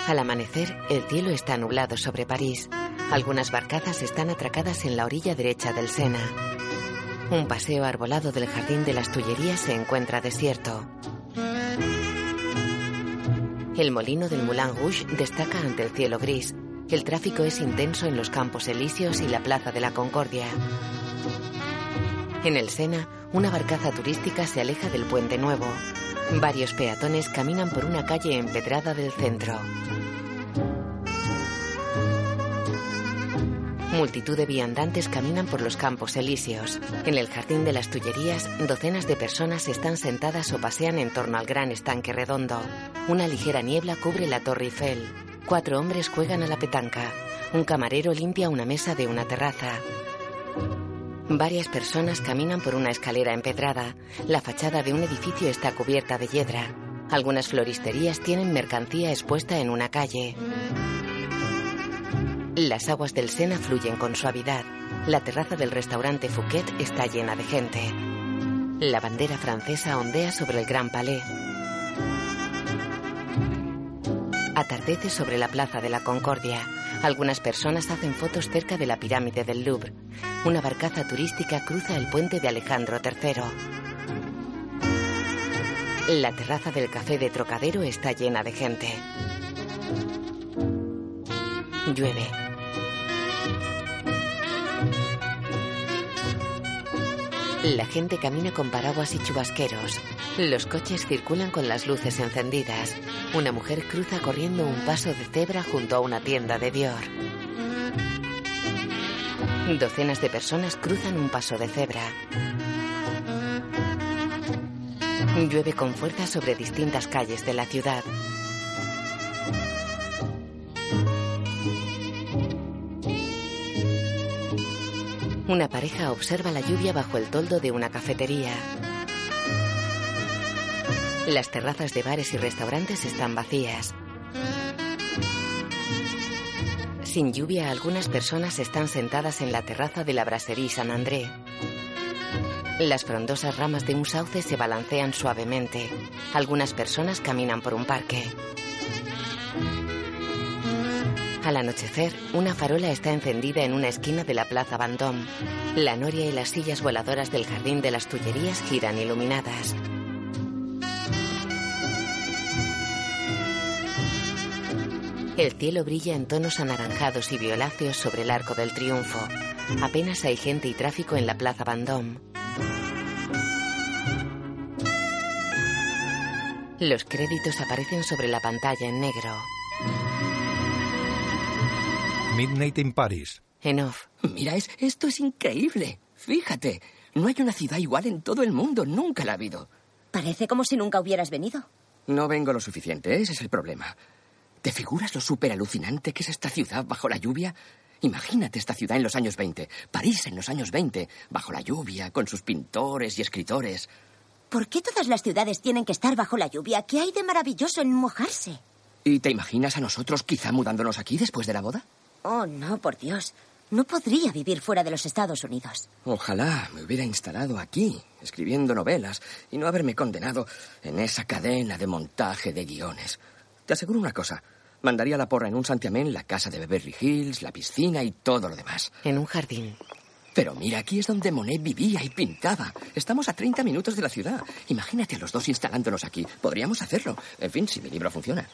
Al amanecer, el cielo está nublado sobre París. Algunas barcazas están atracadas en la orilla derecha del Sena. Un paseo arbolado del Jardín de las Tullerías se encuentra desierto. El molino del Moulin Rouge destaca ante el cielo gris. El tráfico es intenso en los Campos Elíseos y la Plaza de la Concordia. En el Sena, una barcaza turística se aleja del Puente Nuevo. Varios peatones caminan por una calle empedrada del centro. Multitud de viandantes caminan por los Campos Elíseos. En el Jardín de las Tullerías, docenas de personas están sentadas o pasean en torno al gran estanque redondo. Una ligera niebla cubre la Torre Eiffel. 4 hombres juegan a la petanca. Un camarero limpia una mesa de una terraza. Varias personas caminan por una escalera empedrada. La fachada de un edificio está cubierta de hiedra. Algunas floristerías tienen mercancía expuesta en una calle. Las aguas del Sena fluyen con suavidad. La terraza del restaurante Fouquet está llena de gente. La bandera francesa ondea sobre el Gran Palais. Atardece sobre la Plaza de la Concordia. Algunas personas hacen fotos cerca de la pirámide del Louvre. Una barcaza turística cruza el puente de Alejandro III. La terraza del Café de Trocadero está llena de gente. Llueve. La gente camina con paraguas y chubasqueros. Los coches circulan con las luces encendidas. Una mujer cruza corriendo un paso de cebra junto a una tienda de Dior. Docenas de personas cruzan un paso de cebra. Llueve con fuerza sobre distintas calles de la ciudad. Una pareja observa la lluvia bajo el toldo de una cafetería. Las terrazas de bares y restaurantes están vacías. Sin lluvia, algunas personas están sentadas en la terraza de la Brasserie Saint-André. Las frondosas ramas de un sauce se balancean suavemente. Algunas personas caminan por un parque. Al anochecer, una farola está encendida en una esquina de la Plaza Vendôme. La noria y las sillas voladoras del Jardín de las Tullerías giran iluminadas. El cielo brilla en tonos anaranjados y violáceos sobre el Arco del Triunfo. Apenas hay gente y tráfico en la Plaza Vendôme. Los créditos aparecen sobre la pantalla en negro. Midnight in Paris. En off. Mira, esto es increíble. Fíjate, no hay una ciudad igual en todo el mundo. Nunca la ha habido. Parece como si nunca hubieras venido. No vengo lo suficiente, ese es el problema. ¿Te figuras lo súper alucinante que es esta ciudad bajo la lluvia? Imagínate esta ciudad en los años 20. París en los años 20, bajo la lluvia, con sus pintores y escritores. ¿Por qué todas las ciudades tienen que estar bajo la lluvia? ¿Qué hay de maravilloso en mojarse? ¿Y te imaginas a nosotros quizá mudándonos aquí después de la boda? Oh, no, por Dios. No podría vivir fuera de los Estados Unidos. Ojalá me hubiera instalado aquí, escribiendo novelas, y no haberme condenado en esa cadena de montaje de guiones. Te aseguro una cosa. Mandaría la porra en un santiamén, la casa de Beverly Hills, la piscina y todo lo demás. En un jardín. Pero mira, aquí es donde Monet vivía y pintaba. Estamos a 30 minutos de la ciudad. Imagínate a los dos instalándonos aquí. Podríamos hacerlo. En fin, si mi libro funciona.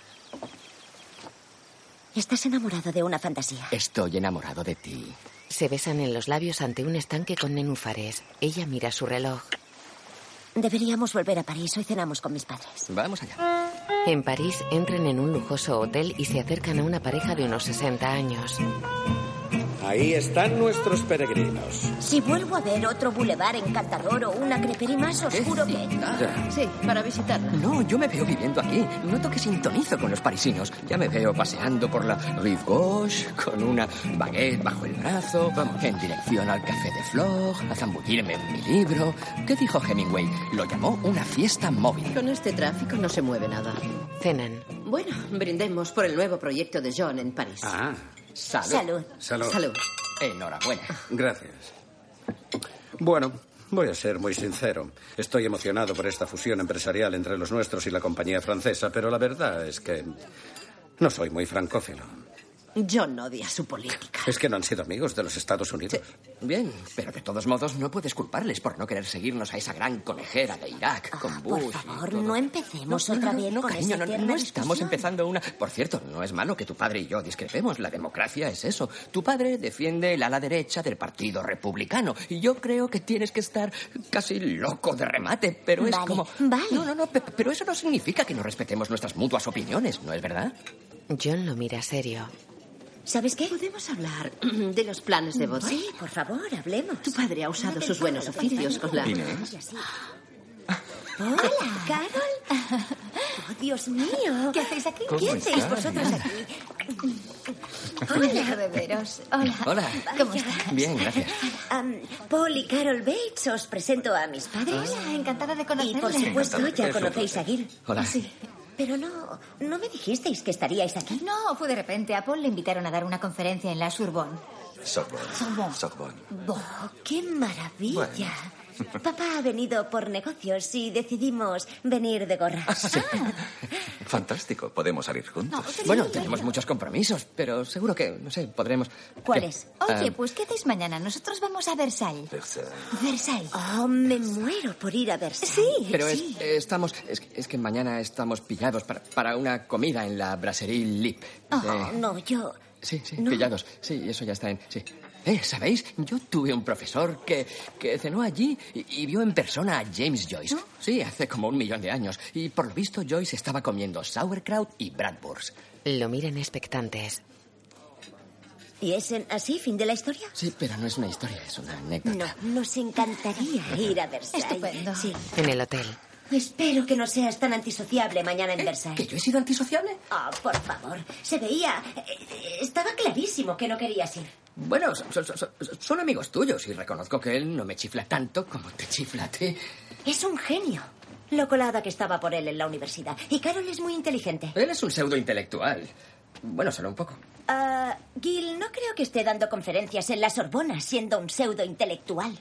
Estás enamorado de una fantasía. Estoy enamorado de ti. Se besan en los labios ante un estanque con nenúfares. Ella mira su reloj. Deberíamos volver a París. Hoy cenamos con mis padres. Vamos allá. En París, entran en un lujoso hotel y se acercan a una pareja de unos 60 años. Ahí están nuestros peregrinos. Si vuelvo a ver otro bulevar encantador o una creperie más, os juro que... Sí, para visitarla. No, yo me veo viviendo aquí. Noto que sintonizo con los parisinos. Ya me veo paseando por la Rive Gauche, con una baguette bajo el brazo, en dirección al Café de Flore, a zambullirme en mi libro. ¿Qué dijo Hemingway? Lo llamó una fiesta móvil. Con este tráfico no se mueve nada. Cenan. Bueno, brindemos por el nuevo proyecto de John en París. Ah. Salud. Salud. Salud. Salud. Enhorabuena. Gracias. Bueno, voy a ser muy sincero. Estoy emocionado por esta fusión empresarial entre los nuestros y la compañía francesa, pero la verdad es que No soy muy francófilo. John odia su política. ¿Es que no han sido amigos de los Estados Unidos? Sí, bien, pero de todos modos no puedes culparles por no querer seguirnos a esa gran conejera de Irak con Bush. Por favor, y todo. no empecemos otra vez con cariño, esa no tierna estamos discusión. empezando una... Por cierto, no es malo que tu padre y yo discrepemos. La democracia es eso. Tu padre defiende el ala derecha del Partido Republicano. Y yo creo que tienes que estar casi loco de remate. Pero es Vale, como... vale. No, pero eso no significa que no respetemos nuestras mutuas opiniones, ¿no es verdad? John lo mira serio. ¿Sabes qué? ¿Podemos hablar de los planes de boda? Sí, por favor, hablemos. Tu padre ha usado sus buenos oficios con la... Inés. Hola, Carol. Oh, Dios mío. ¿Qué hacéis aquí? ¿Cómo ¿Qué hacéis estás? vosotros aquí? Me alegro de veros. Hola. Hola. ¿Cómo estás? Bien, gracias. Paul y Carol Bates, os presento a mis padres. Hola, encantada de Y conocerles. por supuesto, ya Eso, conocéis a Gil. Hola. Sí. Pero no me dijisteis que estaríais aquí. No, fue de repente. A Paul le invitaron a dar una conferencia en la Sorbonne. Sorbonne. Oh, ¡qué maravilla! Bueno. Papá ha venido por negocios y decidimos venir de gorra. Fantástico. Podemos salir juntos. Bueno, tenemos muchos compromisos, pero seguro que, no sé, podremos... ¿Cuáles? Oye, pues ¿qué hacéis mañana? Nosotros vamos a Versailles. Versailles. Oh, me muero por ir a Versailles. Sí. Pero estamos... Es que mañana estamos pillados para una comida en la Brasserie Lip. Oh, no, yo... Sí, No. pillados. Sí, eso ya está en... Sí. ¿Sabéis? Yo tuve un profesor que cenó allí y vio en persona a James Joyce. Sí, hace como 1.000.000 de años. Y por lo visto Joyce estaba comiendo sauerkraut y bratwurst. Lo miran expectantes. ¿Y es así, fin de la historia? Sí, pero no es una historia, es una anécdota. No, nos encantaría ir a Versailles. Estupendo. Sí. En el hotel. Espero que no seas tan antisociable mañana en ¿Que Versailles. yo he sido antisociable? Oh, por favor. Se veía... estaba clarísimo que no querías ir. Bueno, son amigos tuyos y reconozco que él no me chifla tanto como te chifla a ti. Es un genio. Lo colada que estaba por él en la universidad. Y Carol es muy inteligente. Él es un pseudo-intelectual. Bueno, solo un poco. Gil, no creo que esté dando conferencias en la Sorbona siendo un pseudo-intelectual.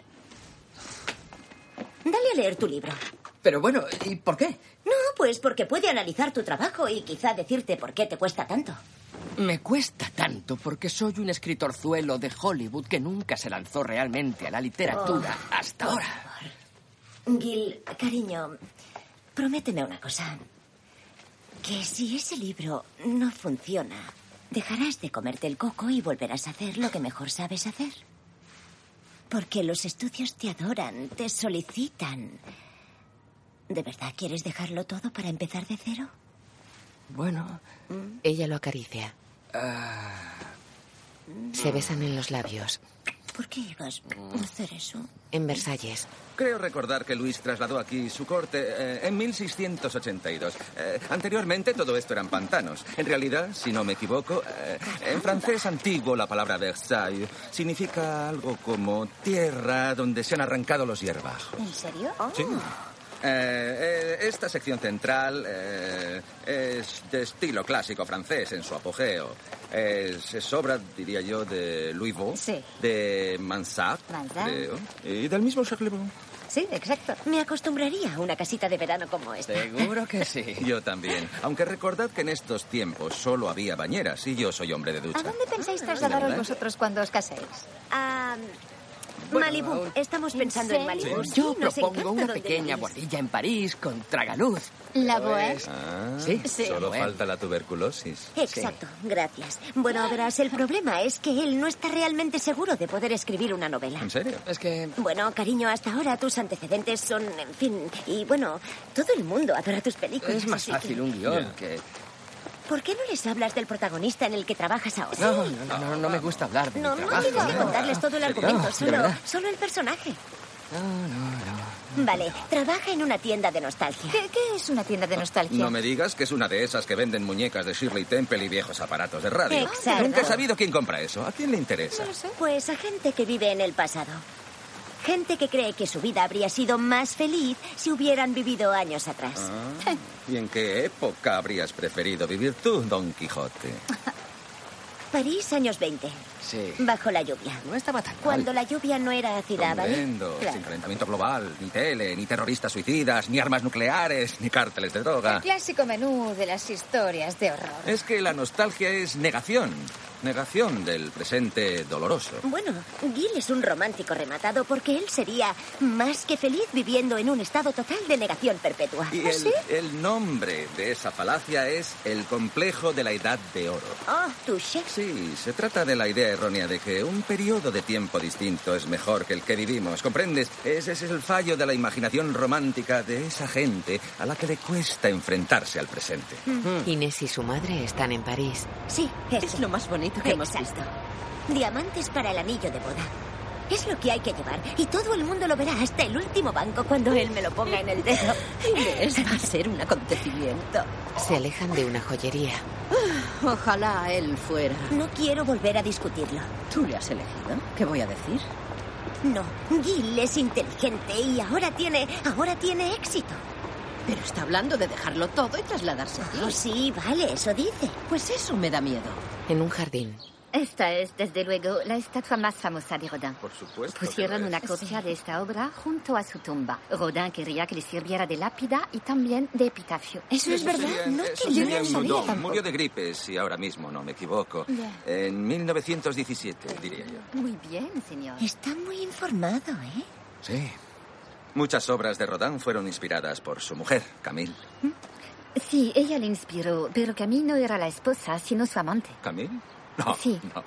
Dale a leer tu libro. Pero bueno, ¿y por qué? No, pues porque puede analizar tu trabajo y quizá decirte por qué te cuesta tanto. Me cuesta tanto porque soy un escritorzuelo de Hollywood que nunca se lanzó realmente a la literatura hasta ahora. Gil, cariño, prométeme una cosa. Que si ese libro no funciona, dejarás de comerte el coco y volverás a hacer lo que mejor sabes hacer. Porque los estudios te adoran, te solicitan. ¿De verdad quieres dejarlo todo para empezar de cero? Bueno, Ella lo acaricia. Se besan en los labios. ¿Por qué llegas a hacer eso? En Versalles. Creo recordar que Luis trasladó aquí su corte en 1682. Anteriormente todo esto eran pantanos. En realidad, si no me equivoco, en francés antiguo la palabra Versailles significa algo como tierra donde se han arrancado los hierbajos. ¿En serio? Sí. Esta sección central es de estilo clásico francés en su apogeo. Es obra, diría yo, de Louis Vuitton, Sí. de Mansart, Mansart. creo, y del mismo Charles Le Bon. Sí, exacto. Me acostumbraría a una casita de verano como esta. seguro que sí. Yo también. Aunque recordad que en estos tiempos solo había bañeras y yo soy hombre de ducha. ¿A dónde pensáis trasladaros ¿verdad? vosotros cuando os caséis? Malibú. aún- Estamos pensando en Malibú. Sí, Yo nos propongo encanta una donde pequeña vivís. guardilla en París con tragaluz. La Pero Bohème. es- Ah, Sí, solo bueno. falta la tuberculosis. Exacto, gracias. Bueno, verás, el problema es que él no está realmente seguro de poder escribir una novela. ¿En serio? Es que... Bueno, cariño, hasta ahora tus antecedentes son, en fin, y bueno, todo el mundo adora tus películas. Es más así fácil que- un guión Ya. que... ¿Por qué no les hablas del protagonista en el que trabajas ahora? No me gusta hablar de No, mi no trabajo. tienes que contarles todo el argumento, No, de verdad. solo el personaje. No. Vale, trabaja en una tienda de nostalgia. ¿Qué es una tienda de nostalgia? No me digas que es una de esas que venden muñecas de Shirley Temple y viejos aparatos de radio. Exacto. Nunca he sabido quién compra eso. ¿A quién le interesa? Pues a gente que vive en el pasado. Gente que cree que su vida habría sido más feliz si hubieran vivido años atrás. ¿Y en qué época habrías preferido vivir tú, Don Quijote? París, años 20. Sí. Bajo la lluvia. No estaba tan mal. Cuando la lluvia no era ácida, ¿vale? Comprendo. Claro. Sin calentamiento global, ni tele, ni terroristas suicidas, ni armas nucleares, ni cárteles de droga. El clásico menú de las historias de horror. Es que la nostalgia es negación. Negación del presente doloroso. Bueno, Gil es un romántico rematado porque él sería más que feliz viviendo en un estado total de negación perpetua. Y ¿Ah, sí? el nombre de esa falacia es el complejo de la Edad de Oro. Oh, touché. Sí, se trata de la idea errónea de que un periodo de tiempo distinto es mejor que el que vivimos. ¿Comprendes? Ese es el fallo de la imaginación romántica de esa gente a la que le cuesta enfrentarse al presente. Inés y su madre están en París. Sí, Es lo más bonito que hemos Exacto. visto. Diamantes para el anillo de boda. Es lo que hay que llevar. Y todo el mundo lo verá hasta el último banco cuando él me lo ponga en el dedo. Inés, va a ser un acontecimiento. Se alejan de una joyería. Ojalá él fuera. No quiero volver a discutirlo. ¿Tú le has elegido? ¿Qué voy a decir? No, Gil es inteligente y ahora tiene éxito. Pero está hablando de dejarlo todo y trasladarse aquí. Oh, sí, vale, eso dice. Pues eso me da miedo. En un jardín. Esta es, desde luego, la estatua más famosa de Rodin. Por supuesto. Pusieron una copia de esta obra junto a su tumba. Rodin quería que le sirviera de lápida y también de epitafio. Eso es verdad. No Eso te yo sería no en sabía Meudon. tampoco. Murió de gripe, si ahora mismo no me equivoco. Ya. En 1917, diría yo. Muy bien, señor. Está muy informado, ¿eh? Sí. Muchas obras de Rodin fueron inspiradas por su mujer, Camille. Sí, ella le inspiró, pero Camille no era la esposa, sino su amante. ¿Camille? No, Sí. no.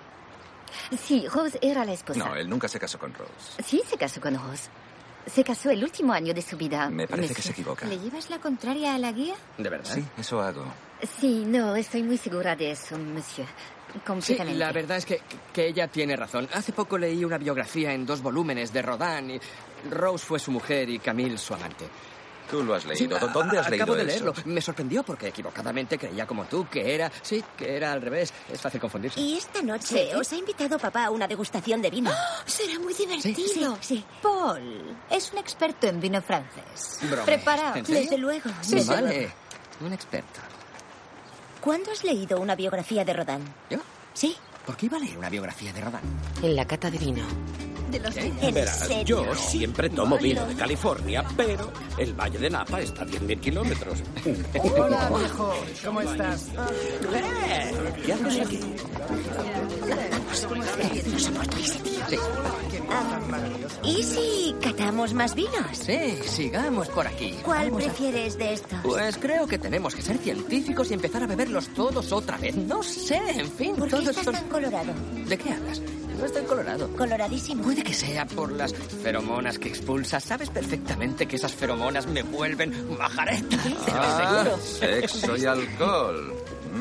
Sí, Rose era la esposa. No, él nunca se casó con Rose. Sí, se casó con Rose. Se casó el último año de su vida. Me parece que monsieur. se equivoca. ¿Le llevas la contraria a la guía? ¿De verdad? Sí, eso hago. Sí, no, estoy muy segura de eso, monsieur. Sí, Completamente. la verdad es que ella tiene razón. Hace poco leí una biografía en 2 volúmenes de Rodin y Rose fue su mujer y Camille su amante. Tú lo has leído. Sí, ¿Dónde has leído acabo de eso? leerlo. Me sorprendió porque equivocadamente creía como tú que era... Sí, que era al revés. Es fácil confundirse. Y esta noche ¿Sí? os ha invitado papá a una degustación de vino. Será muy divertido. Sí. Paul es un experto en vino francés. Bromeas. Preparaos. ¿En serio? Desde luego. Sí, desde vale. luego. Un experto. ¿Cuándo has leído una biografía de Rodin? ¿Yo? Sí. ¿Por qué iba a leer una biografía de Rodin? En la cata de vino. De los ¿En Verás, serio? yo siempre tomo vino de California, pero el Valle de Napa está a 10.000 kilómetros. Hola, viejo. ¿Cómo estás? ¿Qué haces aquí? No soporto ese tío. Sí. ¿Y si catamos más vinos? Sí, sigamos por aquí. ¿Cuál Vamos a- prefieres de estos? Pues creo que tenemos que ser científicos y empezar a beberlos todos otra vez. No sé, en fin, ¿Por qué todos estás son... tan colorado? ¿De qué hablas? No estoy colorado. Coloradísimo. Puede que sea por las feromonas que expulsas. Sabes perfectamente que esas feromonas me vuelven majareta. Ah, sexo y alcohol.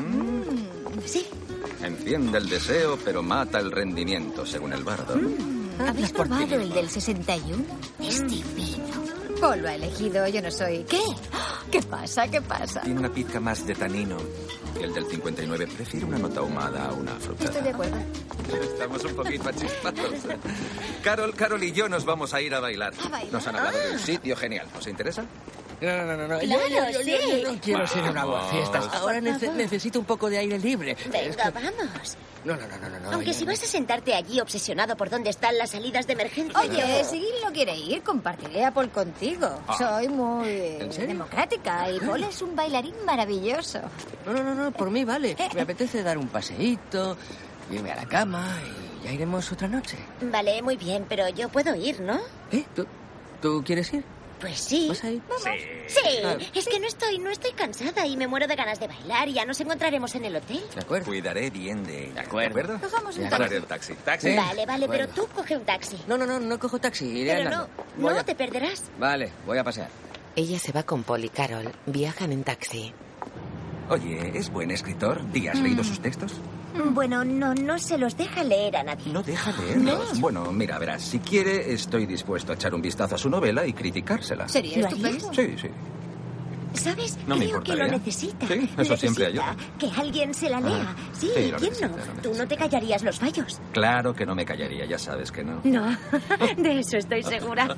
Sí. Enciende el deseo, pero mata el rendimiento, según el bardo. ¿Habéis por ti probado el mismo. del 61? Es divino. Paul lo ha elegido, yo no soy... ¿Qué? ¿Qué pasa? ¿Qué pasa? Tiene una pizca más de tanino que el del 59. Prefiero una nota ahumada a una fruta. Estoy de acuerdo. Estamos un poquito achispados. Carol y yo nos vamos a ir a bailar. ¿A bailar? Nos han hablado de un sitio genial. ¿Os interesa? No. Claro, sí. Yo no quiero ser un aguafiestas. Ahora necesito un poco de aire libre. Venga, vamos. No. Aunque si vas a sentarte allí obsesionado por dónde están las salidas de emergencia... Oye, si Gil no quiere ir, compartiré a Paul contigo. Soy muy serio? democrática y Paul es un bailarín maravilloso. No, por mí vale. Me apetece dar un paseíto, irme a la cama y ya iremos otra noche. Vale, muy bien, pero yo puedo ir, ¿no? ¿Tú quieres ir? Pues sí. ¿Vas a ir? Sí, Claro. es que no estoy cansada y me muero de ganas de bailar y ya nos encontraremos en el hotel. De acuerdo. Cuidaré bien de ella. De acuerdo. Cojamos un De taxi. Pararé el taxi. ¿Taxi? Vale, de pero acuerdo. tú coge un taxi. No cojo taxi, iré Pero andando. no, Voy a- te perderás. Vale, voy a pasear. Ella se va con Paul y Carol. Viajan en taxi. Oye, ¿es buen escritor? ¿Y has leído sus textos? Bueno, no se los deja leer a nadie. No deja leerlos. Bueno, mira, verás, si quiere, estoy dispuesto a echar un vistazo a su novela y criticársela. Sería ¿Lo estupendo. Sí, sí. ¿Sabes? No me Creo que lo importaría. necesita. Sí, eso siempre Necesita que alguien se la lea. Sí, sí, lo ¿quién necesita, no? lo Tú no necesita. te callarías los fallos. Claro que no me callaría, ya sabes que no. No, de eso estoy segura.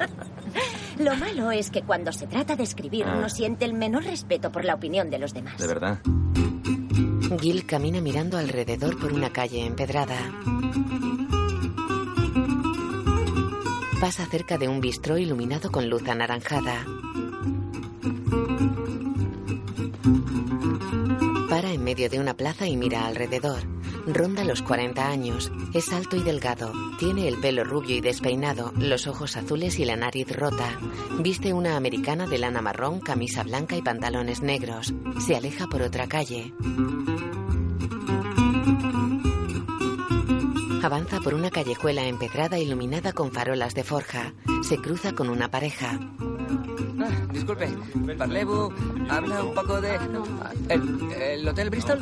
Lo malo es que cuando se trata de escribir no siente el menor respeto por la opinión de los demás. De verdad. Gil camina mirando alrededor por una calle empedrada. Pasa cerca de un bistró iluminado con luz anaranjada. Para en medio de una plaza y mira alrededor. Ronda los 40 años. Es alto y delgado. Tiene el pelo rubio y despeinado, los ojos azules y la nariz rota. Viste una americana de lana marrón, camisa blanca y pantalones negros. Se aleja por otra calle. Avanza por una callejuela empedrada iluminada con farolas de forja. Se cruza con una pareja. Disculpe, Parlez-vous habla un poco de... ¿El Hotel Bristol?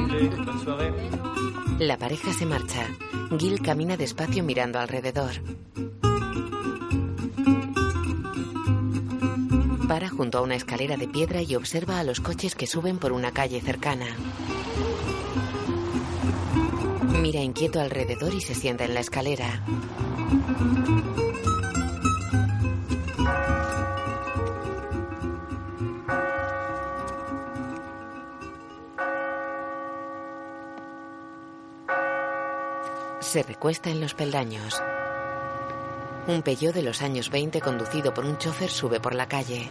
La pareja se marcha. Gil camina despacio mirando alrededor. Para junto a una escalera de piedra y observa a los coches que suben por una calle cercana. Mira inquieto alrededor y se sienta en la escalera. Se recuesta en los peldaños. Un Peugeot de los años 20 conducido por un chofer sube por la calle.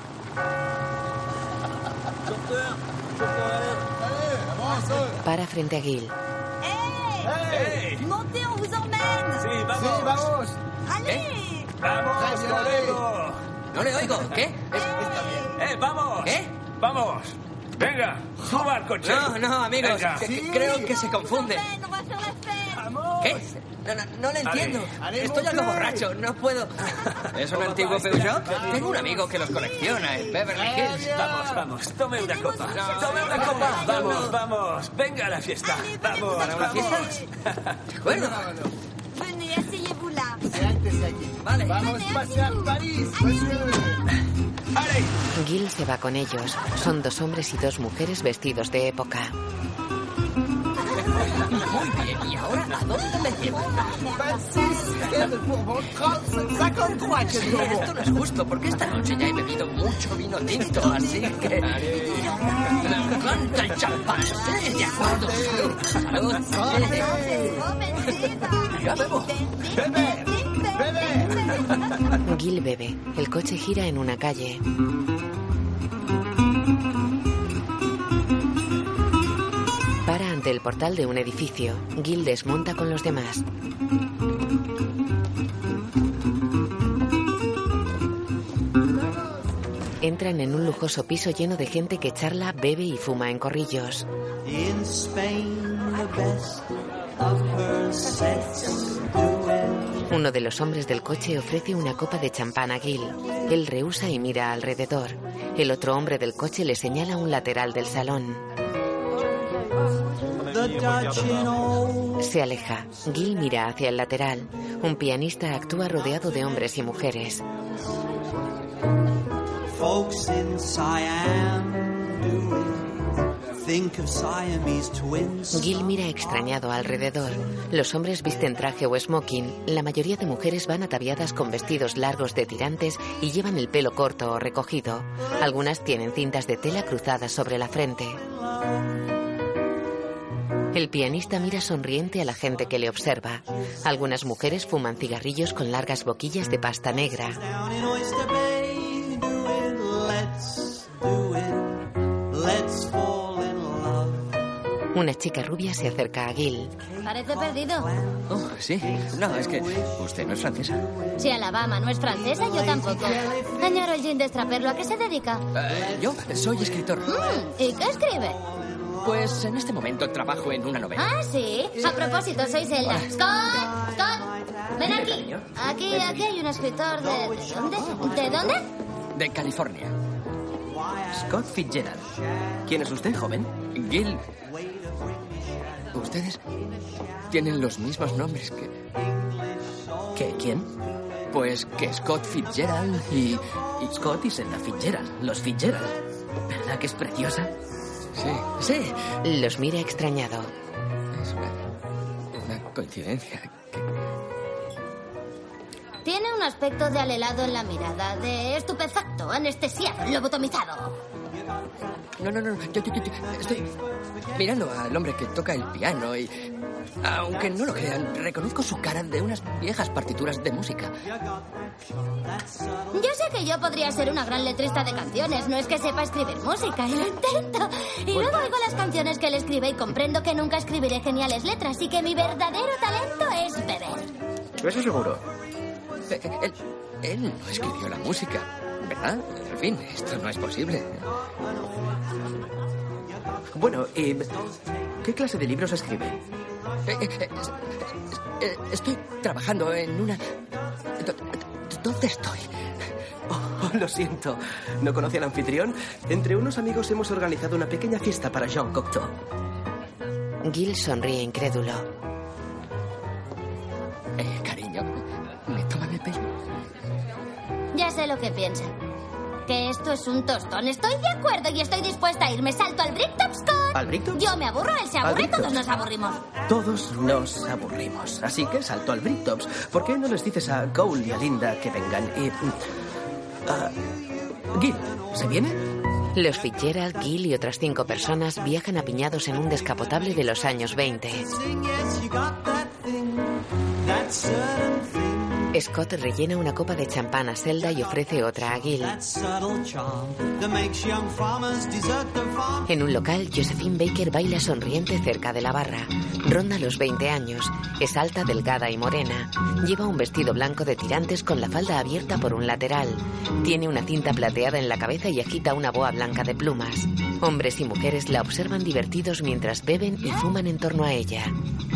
Para frente a Gil. ¡Montez, on vous emmène! Sí, vamos. Sí, vamos. ¡Allez! ¡Vamos, Toledo! No le oigo. ¿Qué? ¡Vamos! ¿Qué? ¡Vamos! ¡Venga! ¡Suba al coche! No, amigos. Venga. Creo que se confunden. ¿Qué? No le entiendo. Estoy algo borracho, no puedo. ¿Es un antiguo Peugeot? Tengo un amigo que los colecciona en Beverly Hills. Vamos, tome una copa. Tome una copa. Vamos. Venga a la fiesta. Vamos. ¿Para una fiesta? De acuerdo. Venez, asseyez-vous là. Siéntese aquí. Vale. Vamos a pasear París. Gil se va con ellos. Son 2 hombres y 2 mujeres vestidos de época. Muy bien, ¿y ahora a dónde me llevan? Esto no es justo, porque esta noche ya he bebido mucho vino tinto, así que... Me encanta el champán. De acuerdo. Salud. Ya bebo. Gil bebe. El coche gira en una calle. Para ante el portal de un edificio. Gil desmonta con los demás. Entran en un lujoso piso lleno de gente que charla, bebe y fuma en corrillos. Uno de los hombres del coche ofrece una copa de champán a Gil. Él rehúsa y mira alrededor. El otro hombre del coche le señala un lateral del salón. Se aleja. Gil mira hacia el lateral. Un pianista actúa rodeado de hombres y mujeres. Gil mira extrañado alrededor. Los hombres visten traje o smoking. La mayoría de mujeres van ataviadas con vestidos largos de tirantes y llevan el pelo corto o recogido. Algunas tienen cintas de tela cruzadas sobre la frente. El pianista mira sonriente a la gente que le observa. Algunas mujeres fuman cigarrillos con largas boquillas de pasta negra. Una chica rubia se acerca a Gil. Parece perdido. Oh, sí. No, es que usted no es francesa. Si Alabama no es francesa, yo tampoco. Añoro el gin de extraperlo. ¿A qué se dedica? Yo soy escritor. ¿Y qué escribe? Pues en este momento trabajo en una novela. Ah, sí. A propósito, soy Zelda. Scott, ven aquí. Aquí hay un escritor ¿de dónde? ¿De dónde? De California. Scott Fitzgerald. ¿Quién es usted, joven? Gil. Ustedes tienen los mismos nombres que... ¿Que quién? Pues que Scott Fitzgerald y Scott y Zelda Fitzgerald. Los Fitzgerald. ¿Verdad que es preciosa? Sí. Los mira extrañado. Es una coincidencia. Tiene un aspecto de alelado en la mirada, de estupefacto, anestesiado, lobotomizado. No. Yo estoy mirando al hombre que toca el piano y, aunque no lo crean, reconozco su cara de unas viejas partituras de música. Yo sé que yo podría ser una gran letrista de canciones. No es que sepa escribir música, y lo intento. Y luego oigo las canciones que él escribe y comprendo que nunca escribiré geniales letras y que mi verdadero talento es beber. Eso seguro. Él no escribió la música, ¿verdad? En fin, esto no es posible. Bueno, ¿y qué clase de libros escribe? Estoy trabajando en una... ¿Dónde estoy? Oh, lo siento. ¿No conoce al anfitrión? Entre unos amigos hemos organizado una pequeña fiesta para Jean Cocteau. Gil sonríe incrédulo. Cariño, ¿me toman el pelo? Ya sé lo que piensa. Que esto es un tostón. Estoy de acuerdo y estoy dispuesta a irme. Salto al Bricktop, Scott. ¿Al Bricktop? Yo me aburro, él se aburre, todos nos aburrimos. Todos nos aburrimos. Así que salto al Bricktops. ¿Por qué no les dices a Cole y a Linda que vengan? Y... Gil, ¿se viene? Los Fitzgerald, Gil y otras 5 personas viajan apiñados en un descapotable de los años 20. Scott rellena una copa de champán a Zelda y ofrece otra a Gil. En un local, Josephine Baker baila sonriente cerca de la barra. Ronda los 20 años. Es alta, delgada y morena. Lleva un vestido blanco de tirantes con la falda abierta por un lateral. Tiene una cinta plateada en la cabeza y agita una boa blanca de plumas. Hombres y mujeres la observan divertidos mientras beben y fuman en torno a ella.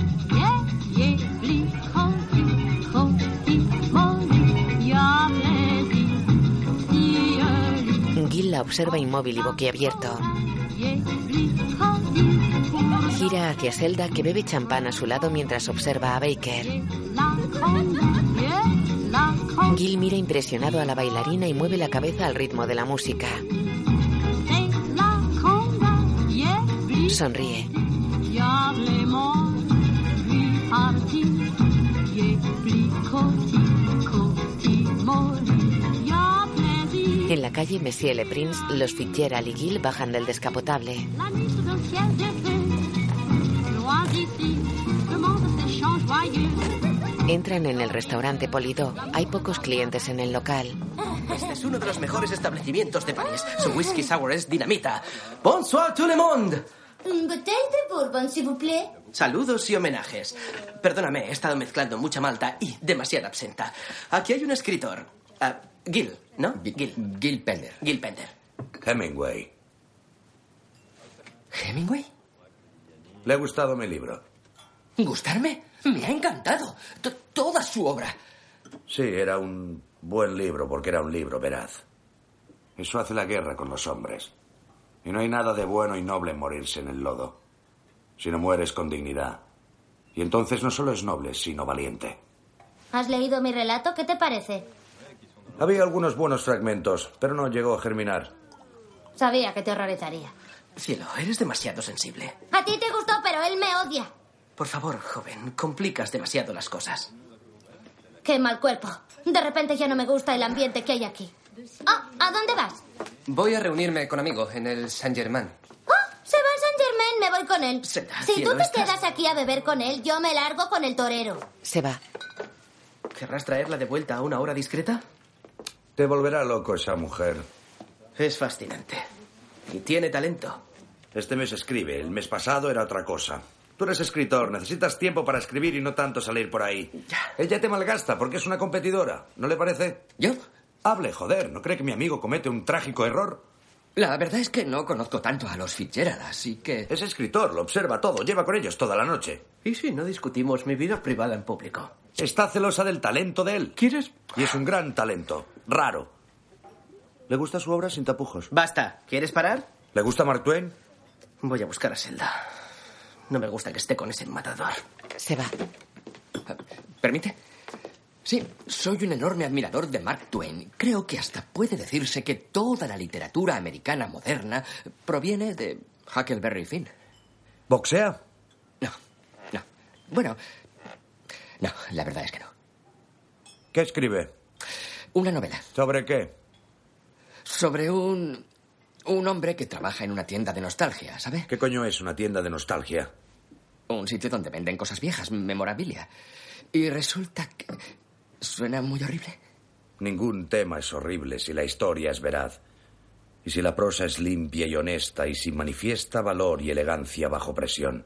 Gil la observa inmóvil y boquiabierto. Gira hacia Zelda, que bebe champán a su lado mientras observa a Baker. Gil mira impresionado a la bailarina y mueve la cabeza al ritmo de la música. Sonríe. En la calle Monsieur Le Prince, los Fitzgerald y Gil bajan del descapotable. Entran en el restaurante Polido. Hay pocos clientes en el local. Este es uno de los mejores establecimientos de París. Su whisky sour es dinamita. Bonsoir tout le monde. ¿Un botelle de bourbon, s'il vous plaît? Saludos y homenajes. Perdóname, he estado mezclando mucha malta y demasiada absenta. Aquí hay un escritor. Gil, ¿no? Gil Pender. Gil Pender. Hemingway. ¿Hemingway? Le ha gustado mi libro. ¿Gustarme? Me ha encantado. Toda su obra. Sí, era un buen libro porque era un libro veraz. Eso hace la guerra con los hombres. Y no hay nada de bueno y noble en morirse en el lodo. Si no mueres con dignidad. Y entonces no solo es noble, sino valiente. ¿Has leído mi relato? ¿Qué te parece? Había algunos buenos fragmentos, pero no llegó a germinar. Sabía que te horrorizaría. Cielo, eres demasiado sensible. A ti te gustó, pero él me odia. Por favor, joven, complicas demasiado las cosas. Qué mal cuerpo. De repente ya no me gusta el ambiente que hay aquí. ¿A dónde vas? Voy a reunirme con amigos en el Saint-Germain. Se va a Saint-Germain, me voy con él. Si tú te ¿estás? quedas aquí a beber con él, yo me largo con el torero. Se va. ¿Querrás traerla de vuelta a una hora discreta? Te volverá loco esa mujer. Es fascinante. Y tiene talento. Este mes escribe. El mes pasado era otra cosa. Tú eres escritor. Necesitas tiempo para escribir y no tanto salir por ahí. Ella te malgasta porque es una competidora. ¿No le parece? ¿Yo? Hable, joder. ¿No cree que mi amigo comete un trágico error? La verdad es que no conozco tanto a los Fitzgerald, así que... Es escritor, lo observa todo. Lleva con ellos toda la noche. Y sí, no discutimos mi vida privada en público. Está celosa del talento de él. ¿Quieres? Y es un gran talento. Raro. ¿Le gusta su obra sin tapujos? Basta. ¿Quieres parar? ¿Le gusta Mark Twain? Voy a buscar a Zelda. No me gusta que esté con ese matador. Se va. ¿Permite? Sí, soy un enorme admirador de Mark Twain. Creo que hasta puede decirse que toda la literatura americana moderna proviene de Huckleberry Finn. ¿Boxea? No. Bueno, no, la verdad es que no. ¿Qué escribe? Una novela. ¿Sobre qué? Sobre un Un hombre que trabaja en una tienda de nostalgia, ¿sabe? ¿Qué coño es una tienda de nostalgia? Un sitio donde venden cosas viejas, memorabilia. Y resulta que... ¿Suena muy horrible? Ningún tema es horrible si la historia es veraz. Y si la prosa es limpia y honesta y si manifiesta valor y elegancia bajo presión.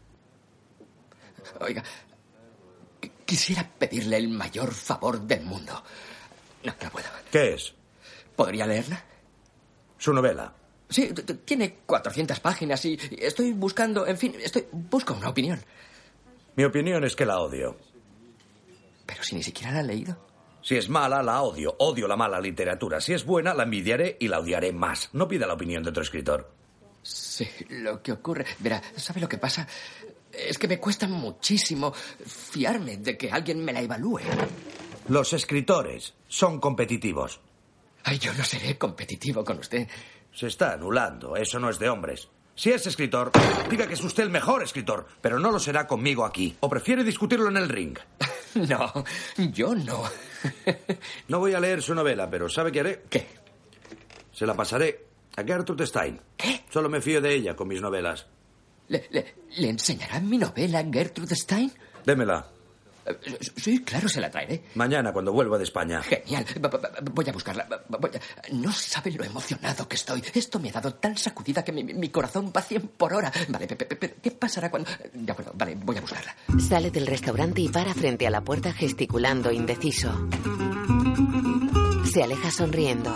Oiga, quisiera pedirle el mayor favor del mundo. No puedo. ¿Qué es? ¿Podría leerla? Su novela. Sí, tiene 400 páginas y estoy buscando... En fin, busco una opinión. Mi opinión es que la odio. Pero si ni siquiera la ha leído. Si es mala, la odio. Odio la mala literatura. Si es buena, la envidiaré y la odiaré más. No pida la opinión de otro escritor. Sí, lo que ocurre... Verá, ¿sabe lo que pasa? Es que me cuesta muchísimo fiarme de que alguien me la evalúe. Los escritores son competitivos. Ay, yo no seré competitivo con usted. Se está anulando. Eso no es de hombres. Si es escritor, diga que es usted el mejor escritor, pero no lo será conmigo aquí. ¿O prefiere discutirlo en el ring? No, yo no. No voy a leer su novela, pero ¿sabe qué haré? ¿Qué? Se la pasaré a Gertrude Stein. ¿Qué? Solo me fío de ella con mis novelas. ¿Le enseñará mi novela a Gertrude Stein? Démela. Sí, claro, se la traeré. Mañana, cuando vuelva de España. Genial. Voy a buscarla. No sabe lo emocionado que estoy. Esto me ha dado tal sacudida que mi corazón va 100 por hora. Vale, ¿qué pasará cuando...? De acuerdo, vale, voy a buscarla. Sale del restaurante y para frente a la puerta gesticulando indeciso. Se aleja sonriendo.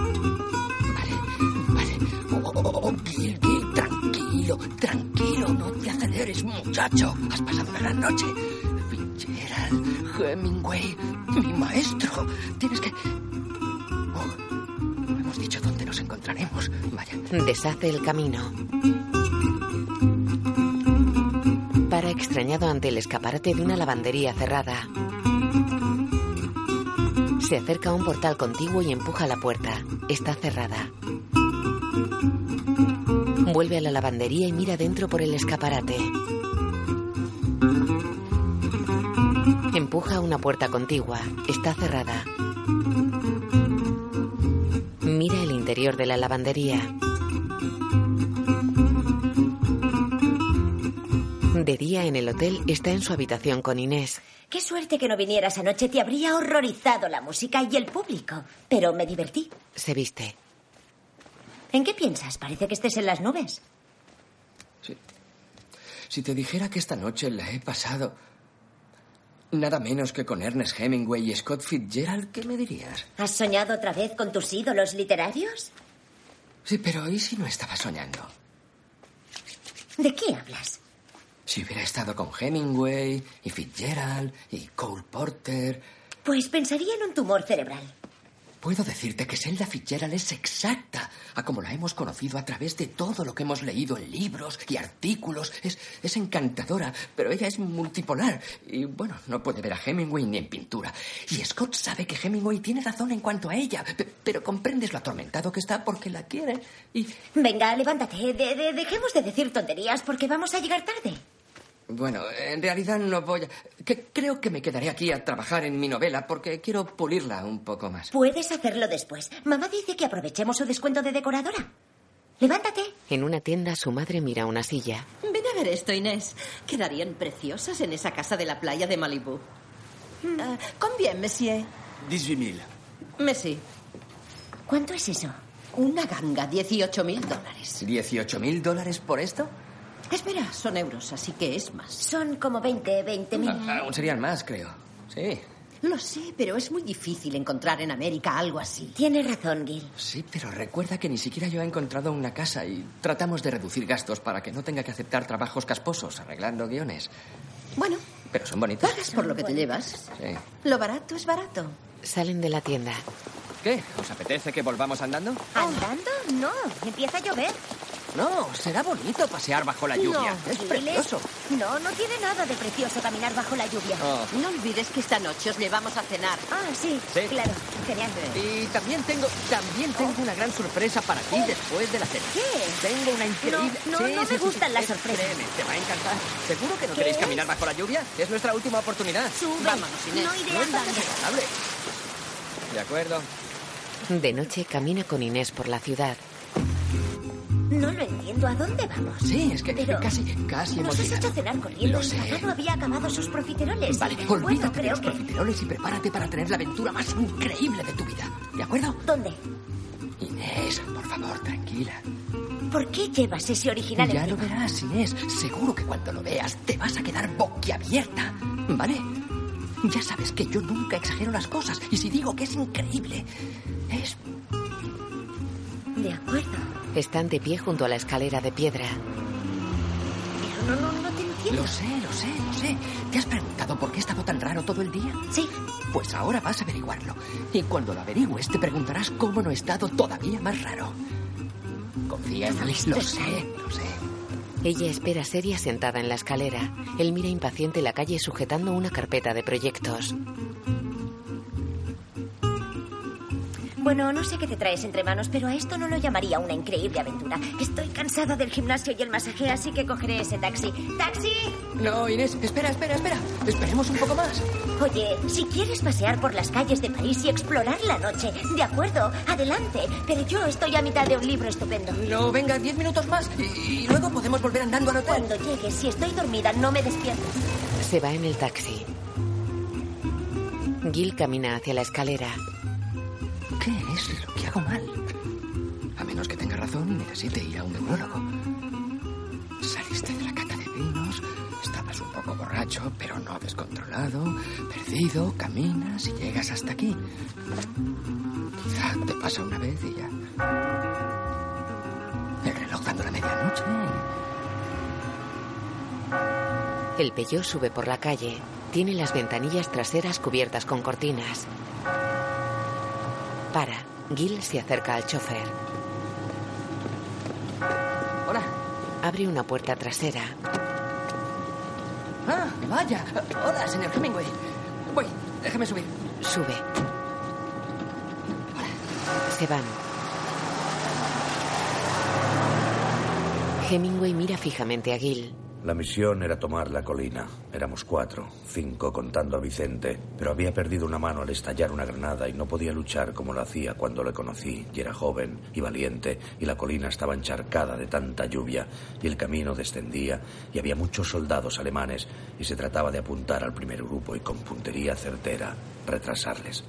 Vale. Gil, tranquilo. No te aceleres, muchacho. Has pasado una gran noche. Fitzgerald, Hemingway, mi maestro. Tienes que... no hemos dicho dónde nos encontraremos. Vaya. Deshace el camino. Para extrañado ante el escaparate de una lavandería cerrada. Se acerca a un portal contiguo y empuja la puerta. Está cerrada. Vuelve a la lavandería y mira dentro por el escaparate. Empuja una puerta contigua. Está cerrada. Mira el interior de la lavandería. De día en el hotel está en su habitación con Inés. Qué suerte que no vinieras anoche. Te habría horrorizado la música y el público. Pero me divertí. Se viste. ¿En qué piensas? Parece que estés en las nubes. Sí. Si te dijera que esta noche la he pasado nada menos que con Ernest Hemingway y Scott Fitzgerald, ¿qué me dirías? ¿Has soñado otra vez con tus ídolos literarios? Sí, pero ¿y si no estaba soñando? ¿De qué hablas? Si hubiera estado con Hemingway y Fitzgerald y Cole Porter... Pues pensaría en un tumor cerebral. Puedo decirte que Zelda Fitzgerald es exacta a como la hemos conocido a través de todo lo que hemos leído en libros y artículos. Es encantadora, pero ella es multipolar. Y, bueno, no puede ver a Hemingway ni en pintura. Y Scott sabe que Hemingway tiene razón en cuanto a ella, pero comprendes lo atormentado que está porque la quiere y... Venga, levántate. Dejemos de decir tonterías porque vamos a llegar tarde. Bueno, en realidad no voy a... creo que me quedaré aquí a trabajar en mi novela porque quiero pulirla un poco más. Puedes hacerlo después. Mamá dice que aprovechemos su descuento de decoradora. Levántate. En una tienda su madre mira una silla. Ven a ver esto, Inés. Quedarían preciosas en esa casa de la playa de Malibú. Combien, monsieur? 18.000. Messi. ¿Cuánto es eso? Una ganga, $18,000. ¿$18,000 por esto? Espera, son euros, así que es más. Son como 20.000. Aún serían más, creo. Sí. Lo sé, pero es muy difícil encontrar en América algo así. Tienes razón, Gil. Sí, pero recuerda que ni siquiera yo he encontrado una casa y tratamos de reducir gastos para que no tenga que aceptar trabajos casposos arreglando guiones. Bueno. Pero son bonitos. Pagas por lo que te llevas. Sí. Lo barato es barato. Salen de la tienda. ¿Qué? ¿Os apetece que volvamos andando? ¿Andando? No, empieza a llover. No, será bonito pasear bajo la lluvia. No, es precioso. No tiene nada de precioso caminar bajo la lluvia. Oh. No olvides que esta noche os llevamos a cenar. Sí, claro. Genial. Y también tengo una gran sorpresa para ti después de la cena. ¿Qué? Tengo una increíble... No me gustan las sorpresas. Créeme, te va a encantar. ¿Seguro que no queréis caminar bajo la lluvia? Es nuestra última oportunidad. Sube. Vámonos, Inés. No iré andando. Agradable. De acuerdo. De noche camina con Inés por la ciudad. No lo entiendo. ¿A dónde vamos? Sí, es que Pero casi hemos nos has llegado. hecho cenar corriendo. Lo sé. El pagano había acabado sus profiteroles. Vale, Bueno, olvídate de creo los que... profiteroles y prepárate para tener la aventura más increíble de tu vida. ¿De acuerdo? ¿Dónde? Inés, por favor, tranquila. ¿Por qué llevas ese original Ya encima? lo verás, Inés. Seguro que cuando lo veas te vas a quedar boquiabierta. ¿Vale? Ya sabes que yo nunca exagero las cosas. Y si digo que es increíble, es... De acuerdo. Están de pie junto a la escalera de piedra. Pero no te entiendo. Lo sé. ¿Te has preguntado por qué he estado tan raro todo el día? Sí. Pues ahora vas a averiguarlo. Y cuando lo averigües te preguntarás cómo no he estado todavía más raro. Confía en mí. Lo sé. Ella espera seria sentada en la escalera. Él mira impaciente la calle sujetando una carpeta de proyectos. Bueno, no sé qué te traes entre manos, pero a esto no lo llamaría una increíble aventura. Estoy cansada del gimnasio y el masaje, así que cogeré ese taxi. ¡Taxi! No, Inés, espera. Esperemos un poco más. Oye, si quieres pasear por las calles de París y explorar la noche, de acuerdo, adelante. Pero yo estoy a mitad de un libro estupendo. No, venga, 10 minutos más y luego podemos volver andando al hotel. Cuando llegues, si estoy dormida, no me despiertes. Se va en el taxi. Gil camina hacia la escalera. ¿Qué es lo que hago mal? A menos que tenga razón y necesite ir a un neurólogo. Saliste de la cata de vinos, estabas un poco borracho, pero no descontrolado, perdido, caminas y llegas hasta aquí. Quizá te pasa una vez y ya. El reloj dando la medianoche. El Peugeot sube por la calle. Tiene las ventanillas traseras cubiertas con cortinas. Para. Gil se acerca al chofer. Hola. Abre una puerta trasera. Ah, vaya. Hola, señor Hemingway. Voy, déjame subir. Sube. Se van. Hemingway mira fijamente a Gil. La misión era tomar la colina. Éramos 4, 5 contando a Vicente, pero había perdido una mano al estallar una granada y no podía luchar como lo hacía cuando le conocí, y era joven y valiente, y la colina estaba encharcada de tanta lluvia, y el camino descendía, y había muchos soldados alemanes, y se trataba de apuntar al primer grupo y con puntería certera retrasarles.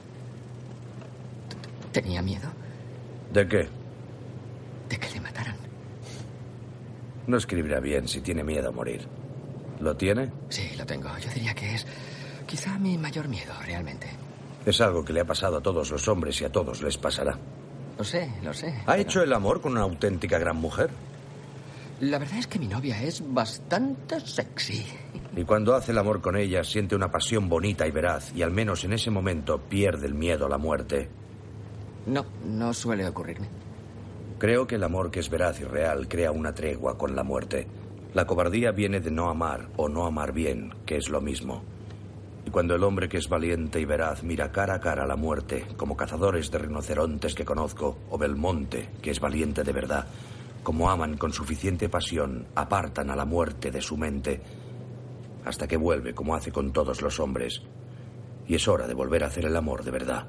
¿Tenía miedo? ¿De qué? De que le mataran. No escribirá bien si tiene miedo a morir. ¿Lo tiene? Sí, lo tengo. Yo diría que es quizá mi mayor miedo, realmente. Es algo que le ha pasado a todos los hombres y a todos les pasará. Lo sé. ¿Ha hecho el amor con una auténtica gran mujer? La verdad es que mi novia es bastante sexy. Y cuando hace el amor con ella, siente una pasión bonita y veraz, y al menos en ese momento pierde el miedo a la muerte. No suele ocurrirme. Creo que el amor que es veraz y real crea una tregua con la muerte. La cobardía viene de no amar o no amar bien, que es lo mismo. Y cuando el hombre que es valiente y veraz mira cara a cara a la muerte, como cazadores de rinocerontes que conozco, o Belmonte, que es valiente de verdad, como aman con suficiente pasión, apartan a la muerte de su mente, hasta que vuelve como hace con todos los hombres. Y es hora de volver a hacer el amor de verdad.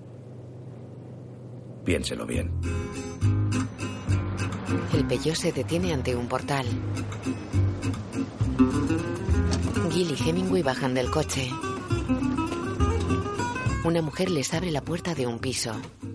Piénselo bien. El Peugeot se detiene ante un portal. Gil y Hemingway bajan del coche. Una mujer les abre la puerta de un piso.